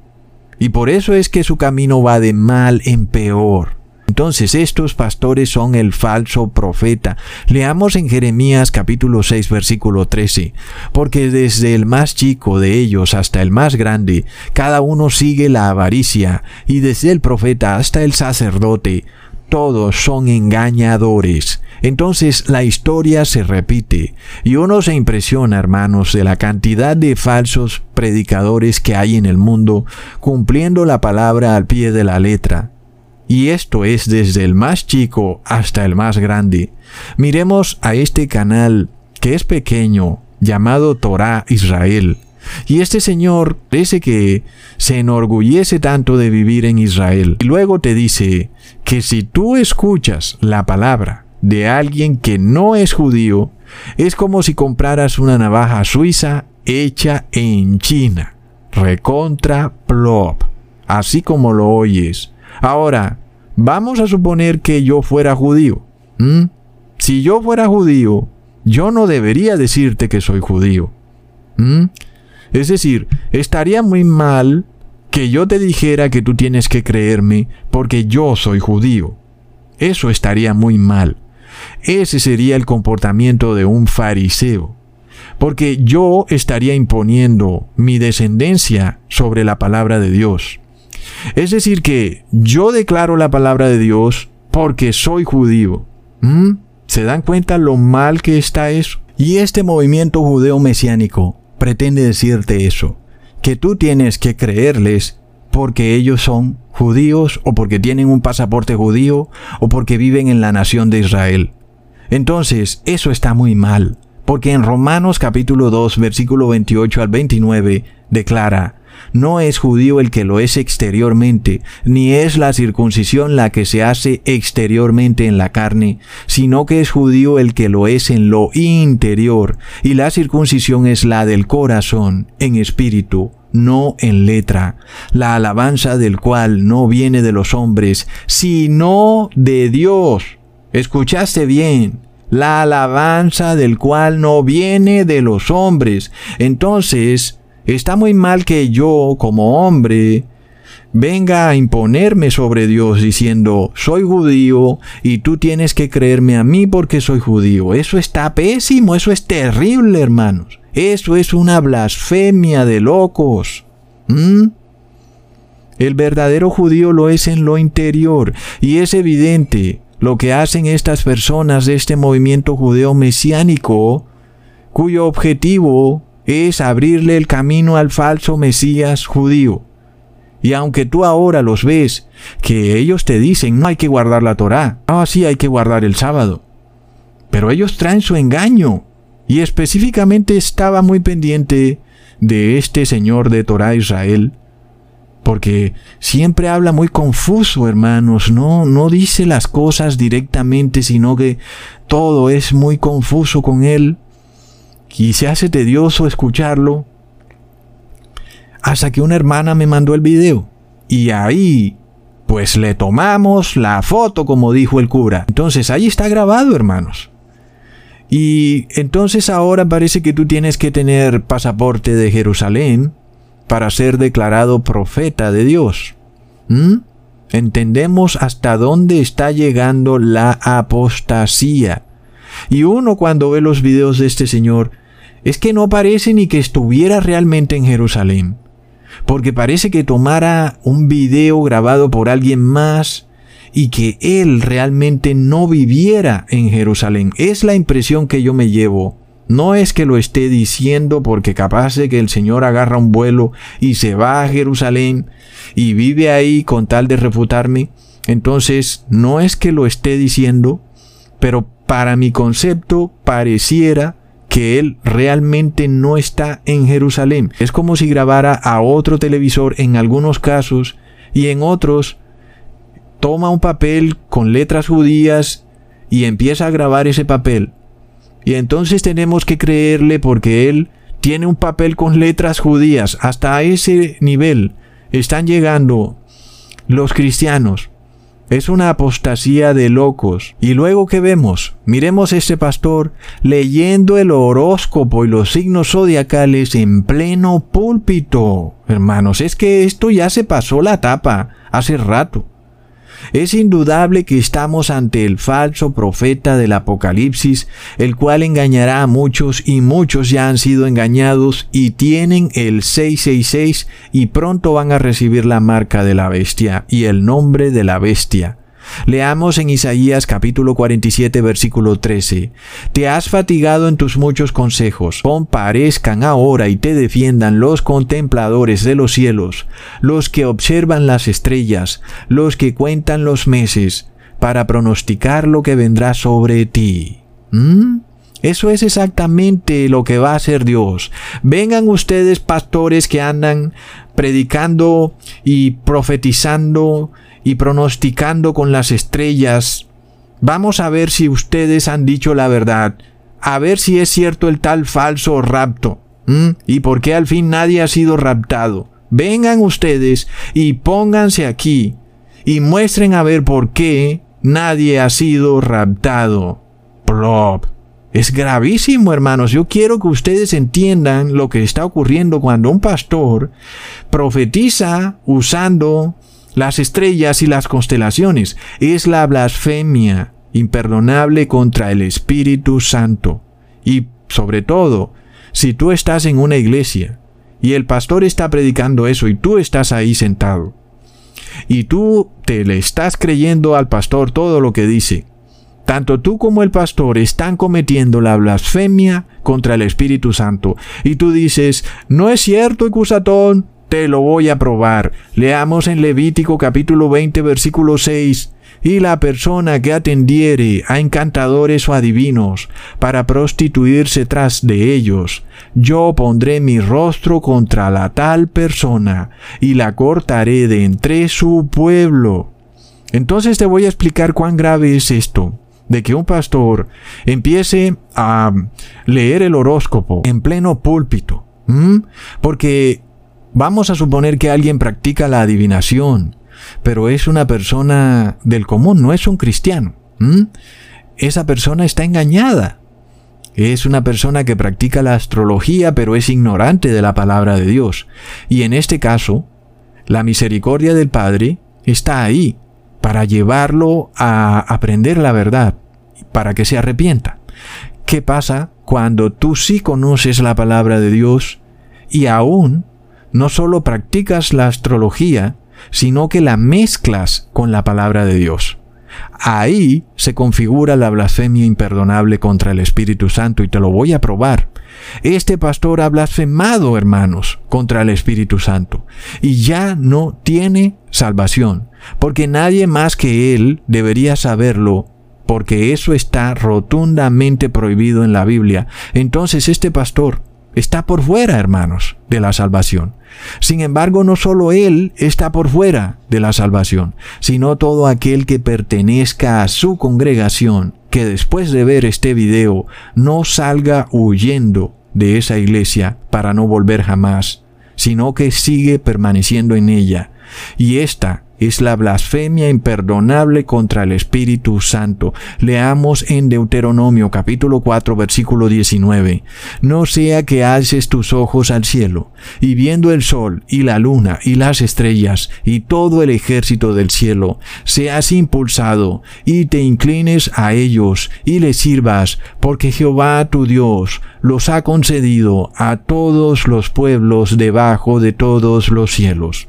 Y por eso es que su camino va de mal en peor. Entonces estos pastores son el falso profeta. Leamos en Jeremías capítulo seis versículo trece. Porque desde el más chico de ellos hasta el más grande, cada uno sigue la avaricia, y desde el profeta hasta el sacerdote, todos son engañadores. Entonces la historia se repite y uno se impresiona, hermanos, de la cantidad de falsos predicadores que hay en el mundo cumpliendo la palabra al pie de la letra. Y esto es desde el más chico hasta el más grande. Miremos a este canal que es pequeño, llamado Torah Israel. Y este señor parece que se enorgullece tanto de vivir en Israel. Y luego te dice que si tú escuchas la palabra de alguien que no es judío, es como si compraras una navaja suiza hecha en China. Recontra plop. Así como lo oyes. Ahora, vamos a suponer que yo fuera judío. ¿Mm? Si yo fuera judío, yo no debería decirte que soy judío. ¿Mm? Es decir, estaría muy mal que yo te dijera que tú tienes que creerme porque yo soy judío. Eso estaría muy mal. Ese sería el comportamiento de un fariseo. Porque yo estaría imponiendo mi descendencia sobre la palabra de Dios. Es decir que yo declaro la palabra de Dios porque soy judío. ¿Mm? ¿Se dan cuenta lo mal que está eso? Y este movimiento judeo mesiánico pretende decirte eso, que tú tienes que creerles porque ellos son judíos o porque tienen un pasaporte judío o porque viven en la nación de Israel. Entonces, eso está muy mal, porque en Romanos capítulo dos, versículo veintiocho al veintinueve, declara: no es judío el que lo es exteriormente, ni es la circuncisión la que se hace exteriormente en la carne, sino que es judío el que lo es en lo interior, y la circuncisión es la del corazón, en espíritu, no en letra, la alabanza del cual no viene de los hombres, sino de Dios. ¿Escuchaste bien? La alabanza del cual no viene de los hombres. Entonces, está muy mal que yo, como hombre, venga a imponerme sobre Dios diciendo: soy judío y tú tienes que creerme a mí porque soy judío. Eso está pésimo, eso es terrible, hermanos. Eso es una blasfemia de locos. ¿Mm? El verdadero judío lo es en lo interior, y es evidente lo que hacen estas personas de este movimiento judeo mesiánico, cuyo objetivo es abrirle el camino al falso Mesías judío. Y aunque tú ahora los ves, que ellos te dicen: no hay que guardar la Torá, ah, sí hay que guardar el sábado, pero ellos traen su engaño. Y específicamente estaba muy pendiente de este señor de Torah Israel, porque siempre habla muy confuso, hermanos, no, no dice las cosas directamente, sino que todo es muy confuso con él. Y se hace tedioso escucharlo, hasta que una hermana me mandó el video. Y ahí, pues le tomamos la foto, como dijo el cura. Entonces, ahí está grabado, hermanos. Y entonces ahora parece que tú tienes que tener pasaporte de Jerusalén para ser declarado profeta de Dios. ¿Mm? Entendemos hasta dónde está llegando la apostasía. Y uno, cuando ve los videos de este señor, es que no parece ni que estuviera realmente en Jerusalén, porque parece que tomara un video grabado por alguien más y que él realmente no viviera en Jerusalén. Es la impresión que yo me llevo. No es que lo esté diciendo porque capaz de que el Señor agarra un vuelo y se va a Jerusalén y vive ahí con tal de refutarme. Entonces, no es que lo esté diciendo, pero para mi concepto pareciera que él realmente no está en Jerusalén. Es como si grabara a otro televisor en algunos casos, y en otros toma un papel con letras judías y empieza a grabar ese papel. Y entonces tenemos que creerle porque él tiene un papel con letras judías. Hasta ese nivel están llegando los cristianos. Es una apostasía de locos. Y luego, ¿qué vemos? Miremos a este pastor leyendo el horóscopo y los signos zodiacales en pleno púlpito. Hermanos, es que esto ya se pasó la tapa hace rato. Es indudable que estamos ante el falso profeta del Apocalipsis, el cual engañará a muchos, y muchos ya han sido engañados y tienen el seiscientos sesenta y seis y pronto van a recibir la marca de la bestia y el nombre de la bestia. Leamos en Isaías capítulo cuarenta y siete versículo trece. Te has fatigado en tus muchos consejos. Comparezcan ahora y te defiendan los contempladores de los cielos, los que observan las estrellas, los que cuentan los meses, para pronosticar lo que vendrá sobre ti. ¿Mm? Eso es exactamente lo que va a hacer Dios. Vengan ustedes, pastores que andan predicando y profetizando y pronosticando con las estrellas. Vamos a ver si ustedes han dicho la verdad. A ver si es cierto el tal falso rapto. ¿Mm? ¿Y por qué al fin nadie ha sido raptado? Vengan ustedes y pónganse aquí y muestren a ver por qué nadie ha sido raptado. Plop. Es gravísimo, hermanos. Yo quiero que ustedes entiendan lo que está ocurriendo cuando un pastor profetiza usando las estrellas y las constelaciones. Es la blasfemia imperdonable contra el Espíritu Santo. Y sobre todo, si tú estás en una iglesia y el pastor está predicando eso y tú estás ahí sentado y tú te le estás creyendo al pastor todo lo que dice, tanto tú como el pastor están cometiendo la blasfemia contra el Espíritu Santo. Y tú dices, no es cierto, Ecusatón, te lo voy a probar. Leamos en Levítico capítulo veinte versículo seis. Y la persona que atendiere a encantadores o adivinos para prostituirse tras de ellos, yo pondré mi rostro contra la tal persona y la cortaré de entre su pueblo. Entonces te voy a explicar cuán grave es esto, de que un pastor empiece a leer el horóscopo en pleno púlpito. ¿Mm? Porque vamos a suponer que alguien practica la adivinación, pero es una persona del común, no es un cristiano. ¿Mm? Esa persona está engañada. Es una persona que practica la astrología, pero es ignorante de la palabra de Dios. Y en este caso, la misericordia del Padre está ahí para llevarlo a aprender la verdad, para que se arrepienta. ¿Qué pasa cuando tú sí conoces la palabra de Dios y aún no solo practicas la astrología, sino que la mezclas con la palabra de Dios? Ahí se configura la blasfemia imperdonable contra el Espíritu Santo, y te lo voy a probar. Este pastor ha blasfemado, hermanos, contra el Espíritu Santo, y ya no tiene salvación, porque nadie más que él debería saberlo, porque eso está rotundamente prohibido en la Biblia. Entonces este pastor está por fuera, hermanos, de la salvación. Sin embargo, no solo él está por fuera de la salvación, sino todo aquel que pertenezca a su congregación, que después de ver este video no salga huyendo de esa iglesia para no volver jamás, sino que sigue permaneciendo en ella. Y esta es la blasfemia imperdonable contra el Espíritu Santo. Leamos en Deuteronomio capítulo cuatro versículo diecinueve. No sea que alces tus ojos al cielo, y viendo el sol y la luna y las estrellas y todo el ejército del cielo, seas impulsado y te inclines a ellos y les sirvas, porque Jehová tu Dios los ha concedido a todos los pueblos debajo de todos los cielos.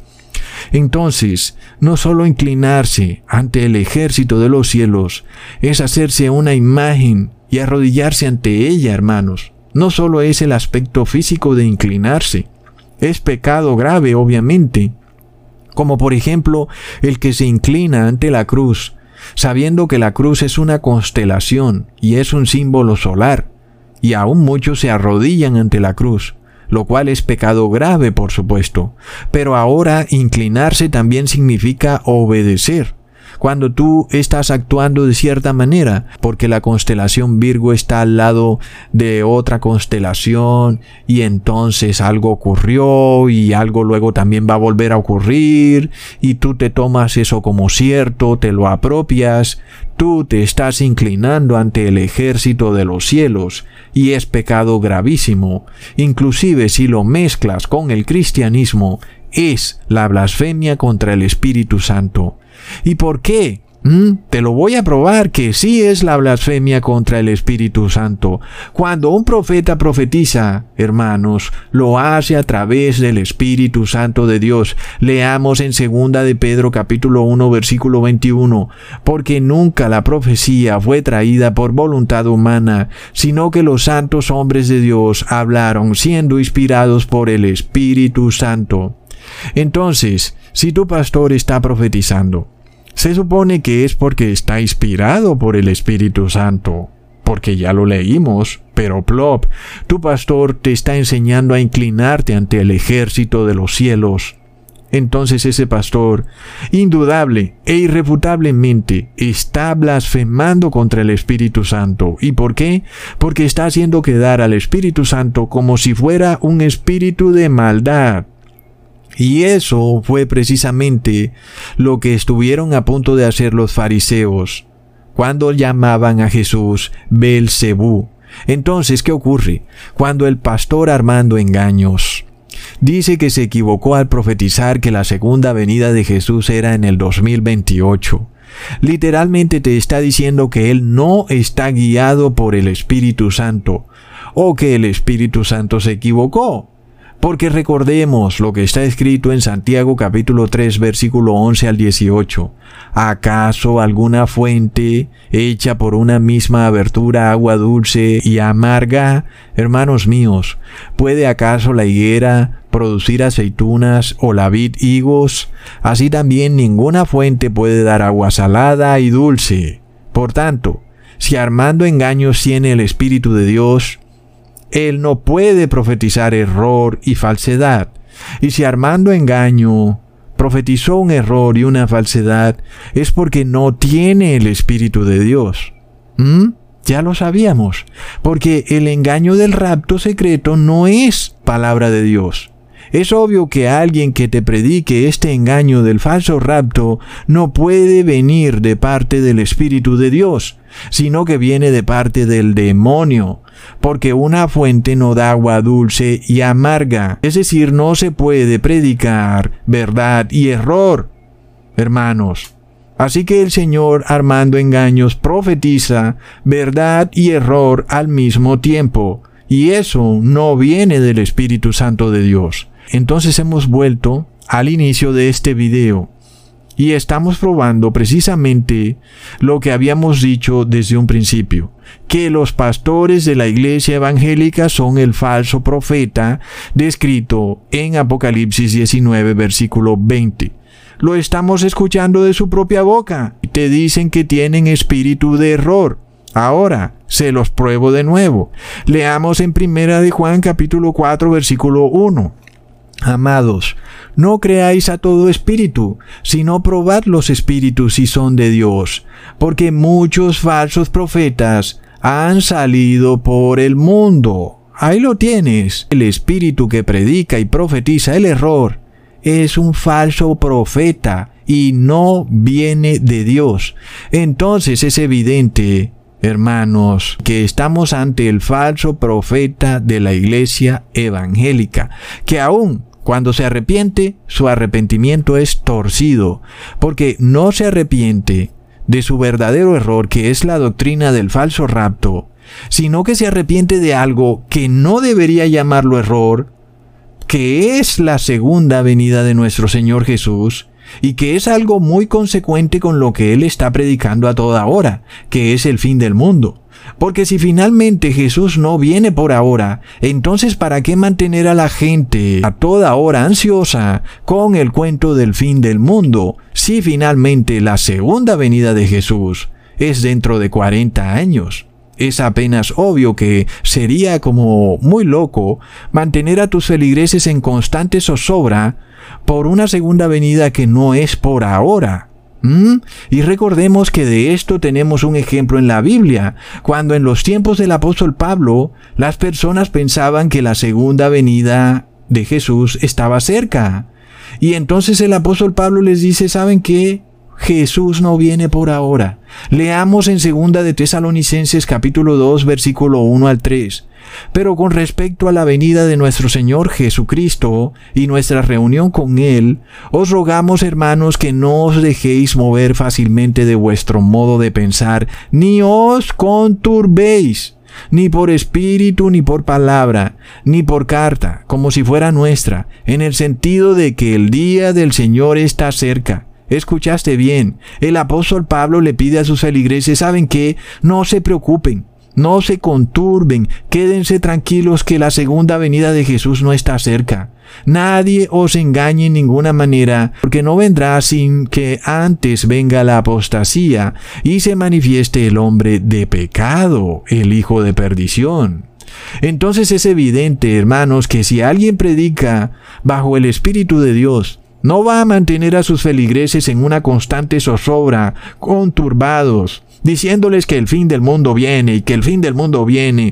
Entonces, no solo inclinarse ante el ejército de los cielos, es hacerse una imagen y arrodillarse ante ella, hermanos. No solo es el aspecto físico de inclinarse, es pecado grave, obviamente, como por ejemplo el que se inclina ante la cruz, sabiendo que la cruz es una constelación y es un símbolo solar, y aún muchos se arrodillan ante la cruz, lo cual es pecado grave, por supuesto. Pero ahora inclinarse también significa obedecer. Cuando tú estás actuando de cierta manera, porque la constelación Virgo está al lado de otra constelación y entonces algo ocurrió y algo luego también va a volver a ocurrir y tú te tomas eso como cierto, te lo apropias, tú te estás inclinando ante el ejército de los cielos y es pecado gravísimo. Inclusive si lo mezclas con el cristianismo, es la blasfemia contra el Espíritu Santo. ¿Y por qué? ¿Mm? Te lo voy a probar que sí es la blasfemia contra el Espíritu Santo. Cuando un profeta profetiza, hermanos, lo hace a través del Espíritu Santo de Dios. Leamos en segunda de Pedro capítulo uno versículo veintiuno. Porque nunca la profecía fue traída por voluntad humana, sino que los santos hombres de Dios hablaron siendo inspirados por el Espíritu Santo. Entonces, si tu pastor está profetizando, se supone que es porque está inspirado por el Espíritu Santo, porque ya lo leímos, pero plop, tu pastor te está enseñando a inclinarte ante el ejército de los cielos. Entonces ese pastor, indudable e irrefutablemente, está blasfemando contra el Espíritu Santo. ¿Y por qué? Porque está haciendo quedar al Espíritu Santo como si fuera un espíritu de maldad. Y eso fue precisamente lo que estuvieron a punto de hacer los fariseos cuando llamaban a Jesús Beelzebú. Entonces, ¿qué ocurre? Cuando el pastor Armando Engaños dice que se equivocó al profetizar que la segunda venida de Jesús era en el dos mil veintiocho, literalmente te está diciendo que él no está guiado por el Espíritu Santo, o que el Espíritu Santo se equivocó. Porque recordemos lo que está escrito en Santiago capítulo tres versículo once al dieciocho. ¿Acaso alguna fuente hecha por una misma abertura agua dulce y amarga? Hermanos míos, ¿puede acaso la higuera producir aceitunas o la vid higos? Así también ninguna fuente puede dar agua salada y dulce. Por tanto, si Armando Engaños tiene el Espíritu de Dios, él no puede profetizar error y falsedad. Y si Armando Engaño profetizó un error y una falsedad, es porque no tiene el Espíritu de Dios. ¿Mm? Ya lo sabíamos, porque el engaño del rapto secreto no es palabra de Dios. Es obvio que alguien que te predique este engaño del falso rapto no puede venir de parte del Espíritu de Dios, sino que viene de parte del demonio, porque una fuente no da agua dulce y amarga, es decir, no se puede predicar verdad y error, hermanos. Así que el Señor Armando Engaños profetiza verdad y error al mismo tiempo, y eso no viene del Espíritu Santo de Dios. Entonces hemos vuelto al inicio de este video y estamos probando precisamente lo que habíamos dicho desde un principio, que los pastores de la iglesia evangélica son el falso profeta descrito en Apocalipsis diecinueve versículo veinte. Lo estamos escuchando de su propia boca. Te dicen que tienen espíritu de error. Ahora, se los pruebo de nuevo. Leamos en Primera de Juan capítulo cuatro versículo uno. Amados, no creáis a todo espíritu, sino probad los espíritus si son de Dios, porque muchos falsos profetas han salido por el mundo. Ahí lo tienes. El espíritu que predica y profetiza el error es un falso profeta y no viene de Dios. Entonces es evidente, hermanos, que estamos ante el falso profeta de la iglesia evangélica, que aún cuando se arrepiente, su arrepentimiento es torcido, porque no se arrepiente de su verdadero error, que es la doctrina del falso rapto, sino que se arrepiente de algo que no debería llamarlo error, que es la segunda venida de nuestro Señor Jesús, y que es algo muy consecuente con lo que Él está predicando a toda hora, que es el fin del mundo. Porque si finalmente Jesús no viene por ahora, entonces ¿para qué mantener a la gente a toda hora ansiosa con el cuento del fin del mundo, si finalmente la segunda venida de Jesús es dentro de cuarenta años? Es apenas obvio que sería como muy loco mantener a tus feligreses en constante zozobra por una segunda venida que no es por ahora. ¿Mm? Y recordemos que de esto tenemos un ejemplo en la Biblia, cuando en los tiempos del apóstol Pablo, las personas pensaban que la segunda venida de Jesús estaba cerca. Y entonces el apóstol Pablo les dice, ¿saben qué? Jesús no viene por ahora. Leamos en segunda de Tesalonicenses capítulo dos, versículo uno al tres. Pero con respecto a la venida de nuestro Señor Jesucristo y nuestra reunión con Él, os rogamos, hermanos, que no os dejéis mover fácilmente de vuestro modo de pensar, ni os conturbéis, ni por espíritu, ni por palabra, ni por carta, como si fuera nuestra, en el sentido de que el día del Señor está cerca. Escuchaste bien, el apóstol Pablo le pide a sus feligreses, ¿saben qué? No se preocupen. No se conturben, quédense tranquilos que la segunda venida de Jesús no está cerca. Nadie os engañe en ninguna manera, porque no vendrá sin que antes venga la apostasía y se manifieste el hombre de pecado, el hijo de perdición. Entonces es evidente, hermanos, que si alguien predica bajo el Espíritu de Dios, no va a mantener a sus feligreses en una constante zozobra, conturbados, diciéndoles que el fin del mundo viene y que el fin del mundo viene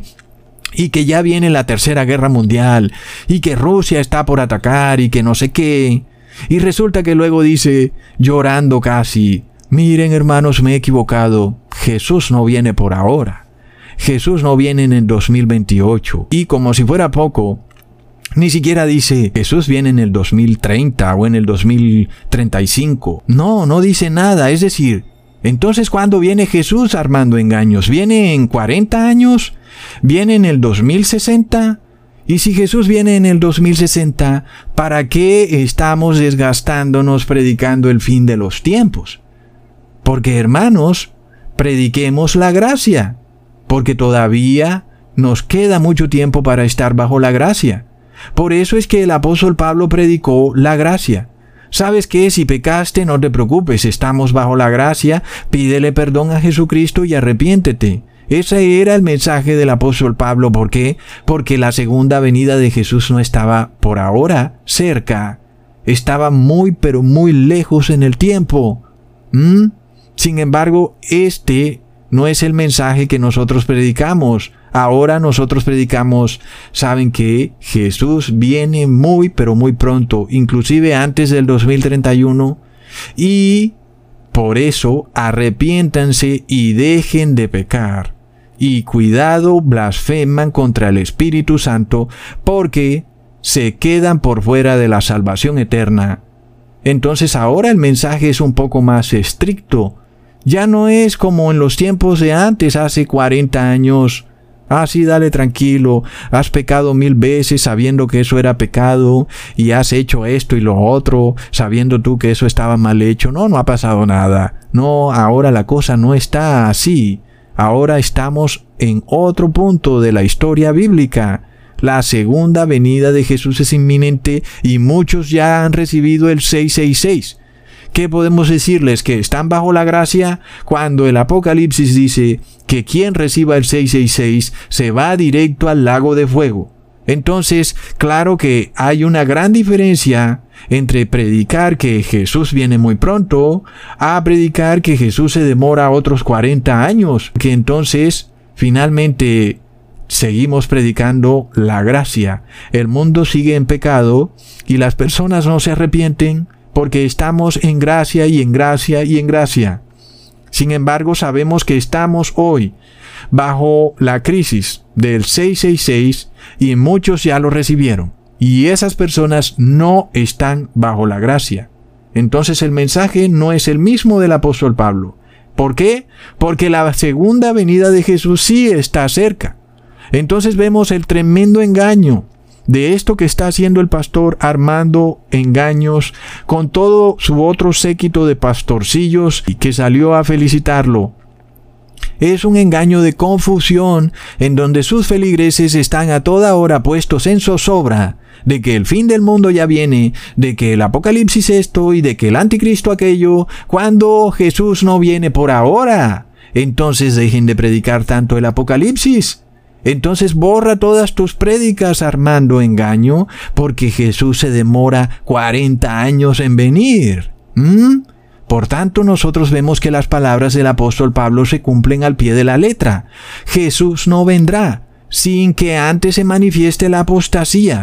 y que ya viene la tercera guerra mundial y que Rusia está por atacar y que no sé qué. Y resulta que luego dice, llorando casi, miren hermanos, me he equivocado, Jesús no viene por ahora. Jesús no viene en el dos mil veintiocho. Y como si fuera poco, ni siquiera dice Jesús viene en el dos mil treinta o en el dos mil treinta y cinco. No, no dice nada. Es decir, entonces ¿cuándo viene Jesús, Armando Engaños? ¿Viene en cuarenta años? ¿Viene en el dos mil sesenta? Y si Jesús viene en el dos mil sesenta, ¿para qué estamos desgastándonos predicando el fin de los tiempos? Porque, hermanos, prediquemos la gracia, porque todavía nos queda mucho tiempo para estar bajo la gracia. Por eso es que el apóstol Pablo predicó la gracia. ¿Sabes qué? Si pecaste, no te preocupes, estamos bajo la gracia, pídele perdón a Jesucristo y arrepiéntete. Ese era el mensaje del apóstol Pablo. ¿Por qué? Porque la segunda venida de Jesús no estaba por ahora cerca. Estaba muy pero muy lejos en el tiempo. ¿Mm? Sin embargo, este no es el mensaje que nosotros predicamos. Ahora nosotros predicamos, ¿saben qué? Jesús viene muy pero muy pronto, inclusive antes del dos mil treinta y uno, y por eso arrepiéntanse y dejen de pecar. Y cuidado, blasfeman contra el Espíritu Santo, porque se quedan por fuera de la salvación eterna. Entonces ahora el mensaje es un poco más estricto. Ya no es como en los tiempos de antes, hace cuarenta años. Ah, sí, dale tranquilo, has pecado mil veces sabiendo que eso era pecado y has hecho esto y lo otro sabiendo tú que eso estaba mal hecho. No, no ha pasado nada. No, ahora la cosa no está así. Ahora estamos en otro punto de la historia bíblica. La segunda venida de Jesús es inminente y muchos ya han recibido el seiscientos sesenta y seis. ¿Qué podemos decirles? ¿Que están bajo la gracia? Cuando el Apocalipsis dice que quien reciba el seiscientos sesenta y seis se va directo al lago de fuego. Entonces, claro que hay una gran diferencia entre predicar que Jesús viene muy pronto a predicar que Jesús se demora otros cuarenta años, que entonces finalmente seguimos predicando la gracia. El mundo sigue en pecado y las personas no se arrepienten porque estamos en gracia y en gracia y en gracia. Sin embargo, sabemos que estamos hoy bajo la crisis del seiscientos sesenta y seis y muchos ya lo recibieron. Y esas personas no están bajo la gracia. Entonces el mensaje no es el mismo del apóstol Pablo. ¿Por qué? Porque la segunda venida de Jesús sí está cerca. Entonces vemos el tremendo engaño de esto que está haciendo el pastor Armando Engaños con todo su otro séquito de pastorcillos y que salió a felicitarlo. Es un engaño de confusión en donde sus feligreses están a toda hora puestos en zozobra de que el fin del mundo ya viene, de que el Apocalipsis esto y de que el Anticristo aquello, cuando Jesús no viene por ahora. Entonces dejen de predicar tanto el Apocalipsis. Entonces borra todas tus prédicas, Armando Engaño, porque Jesús se demora cuarenta años en venir. ¿Mm? Por tanto, nosotros vemos que las palabras del apóstol Pablo se cumplen al pie de la letra. Jesús no vendrá sin que antes se manifieste la apostasía.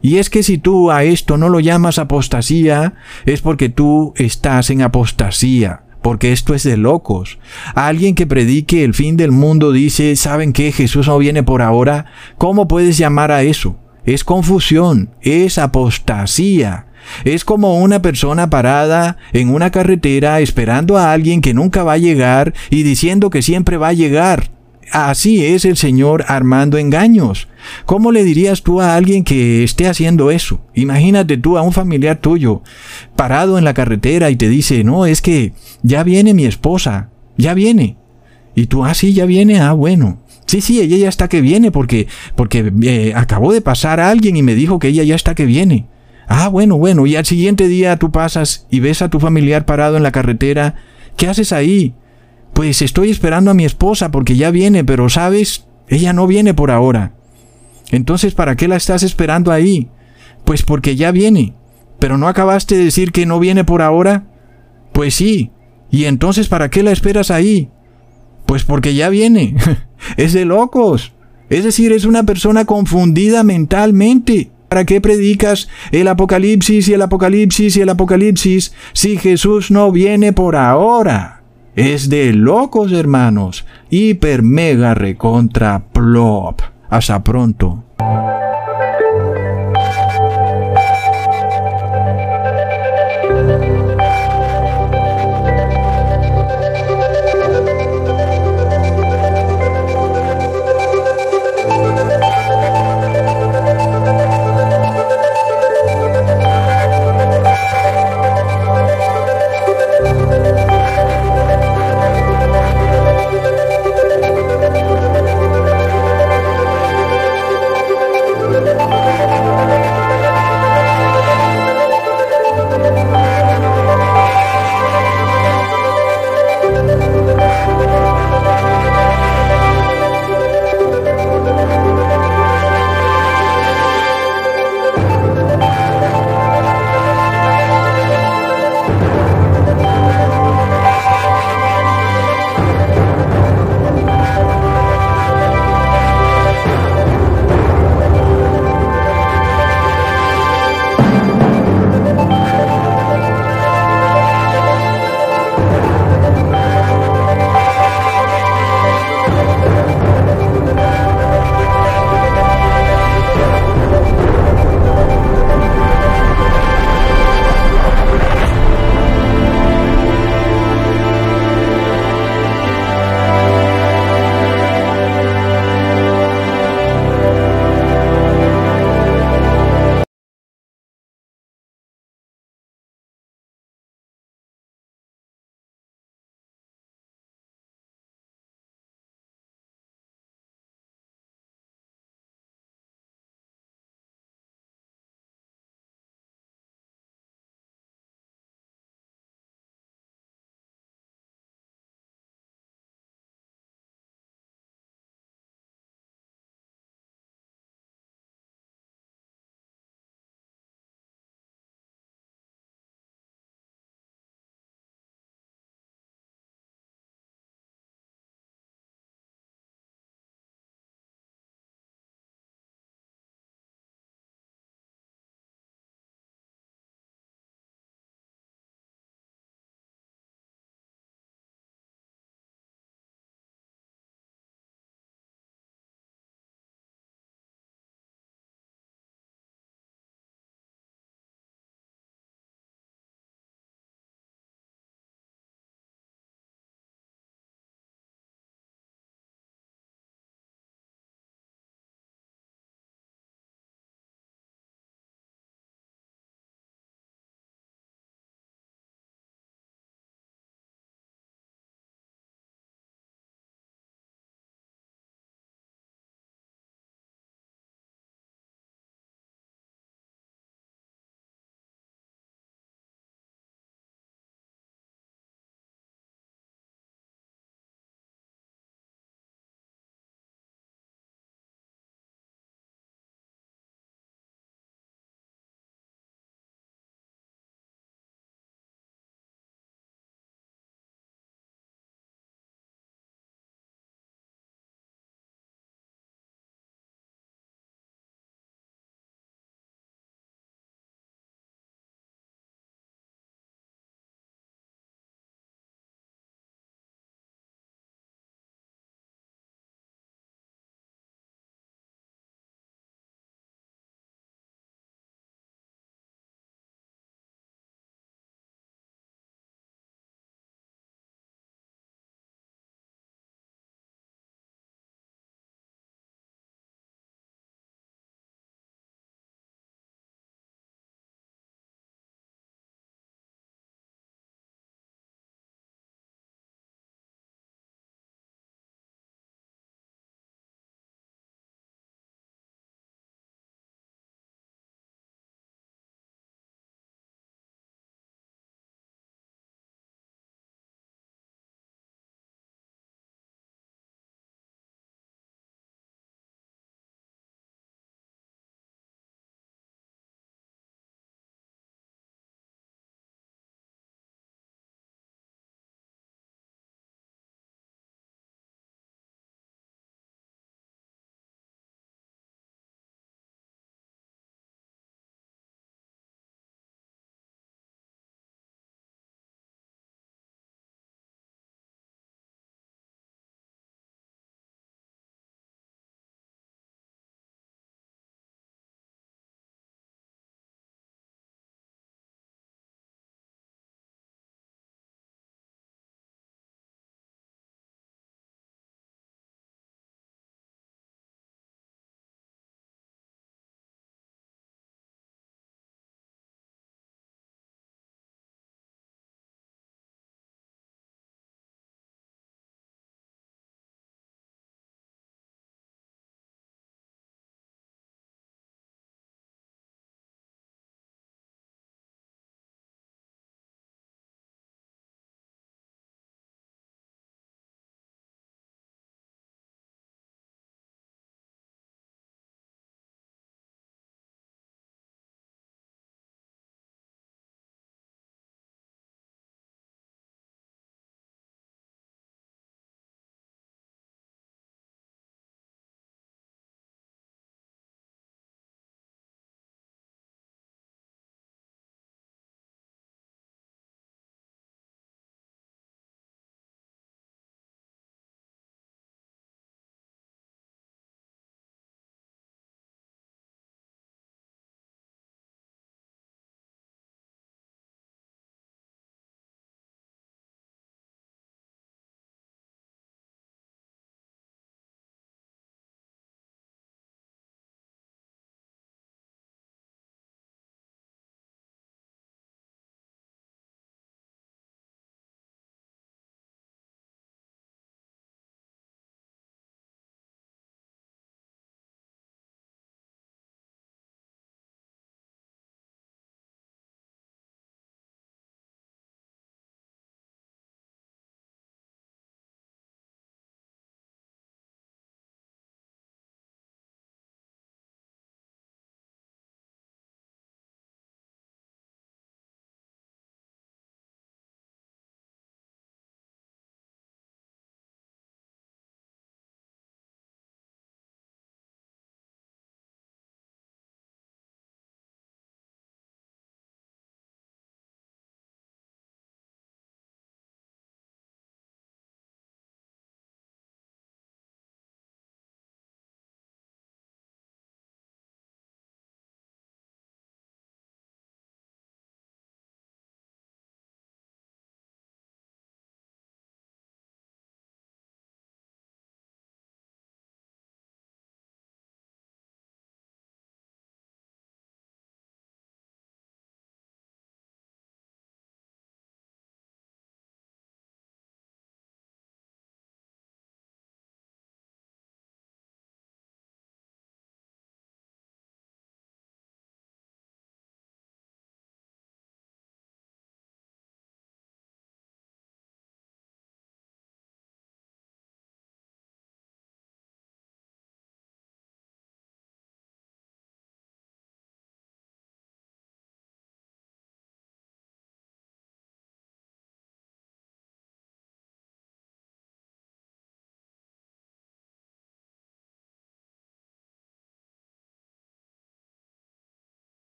Y es que si tú a esto no lo llamas apostasía, es porque tú estás en apostasía, porque esto es de locos. Alguien que predique el fin del mundo dice, ¿saben qué? Jesús no viene por ahora. ¿Cómo puedes llamar a eso? Es confusión, es apostasía. Es como una persona parada en una carretera esperando a alguien que nunca va a llegar y diciendo que siempre va a llegar. Así es el Señor armando engaños. ¿Cómo le dirías tú a alguien que esté haciendo eso? Imagínate tú a un familiar tuyo parado en la carretera y te dice, no, es que ya viene mi esposa, ya viene. Y tú, ah, sí, ya viene, ah, bueno. Sí, sí, ella ya está que viene porque, porque eh, acabó de pasar a alguien y me dijo que ella ya está que viene. Ah, bueno, bueno, y al siguiente día tú pasas y ves a tu familiar parado en la carretera. ¿Qué haces ahí? Pues estoy esperando a mi esposa porque ya viene, pero ¿sabes? Ella no viene por ahora. Entonces, ¿para qué la estás esperando ahí? Pues porque ya viene. ¿Pero no acabaste de decir que no viene por ahora? Pues sí. ¿Y entonces para qué la esperas ahí? Pues porque ya viene. Es de locos. Es decir, es una persona confundida mentalmente. ¿Para qué predicas el Apocalipsis y el Apocalipsis y el Apocalipsis si Jesús no viene por ahora? Es de locos, hermanos. Hiper mega recontra plop. Hasta pronto.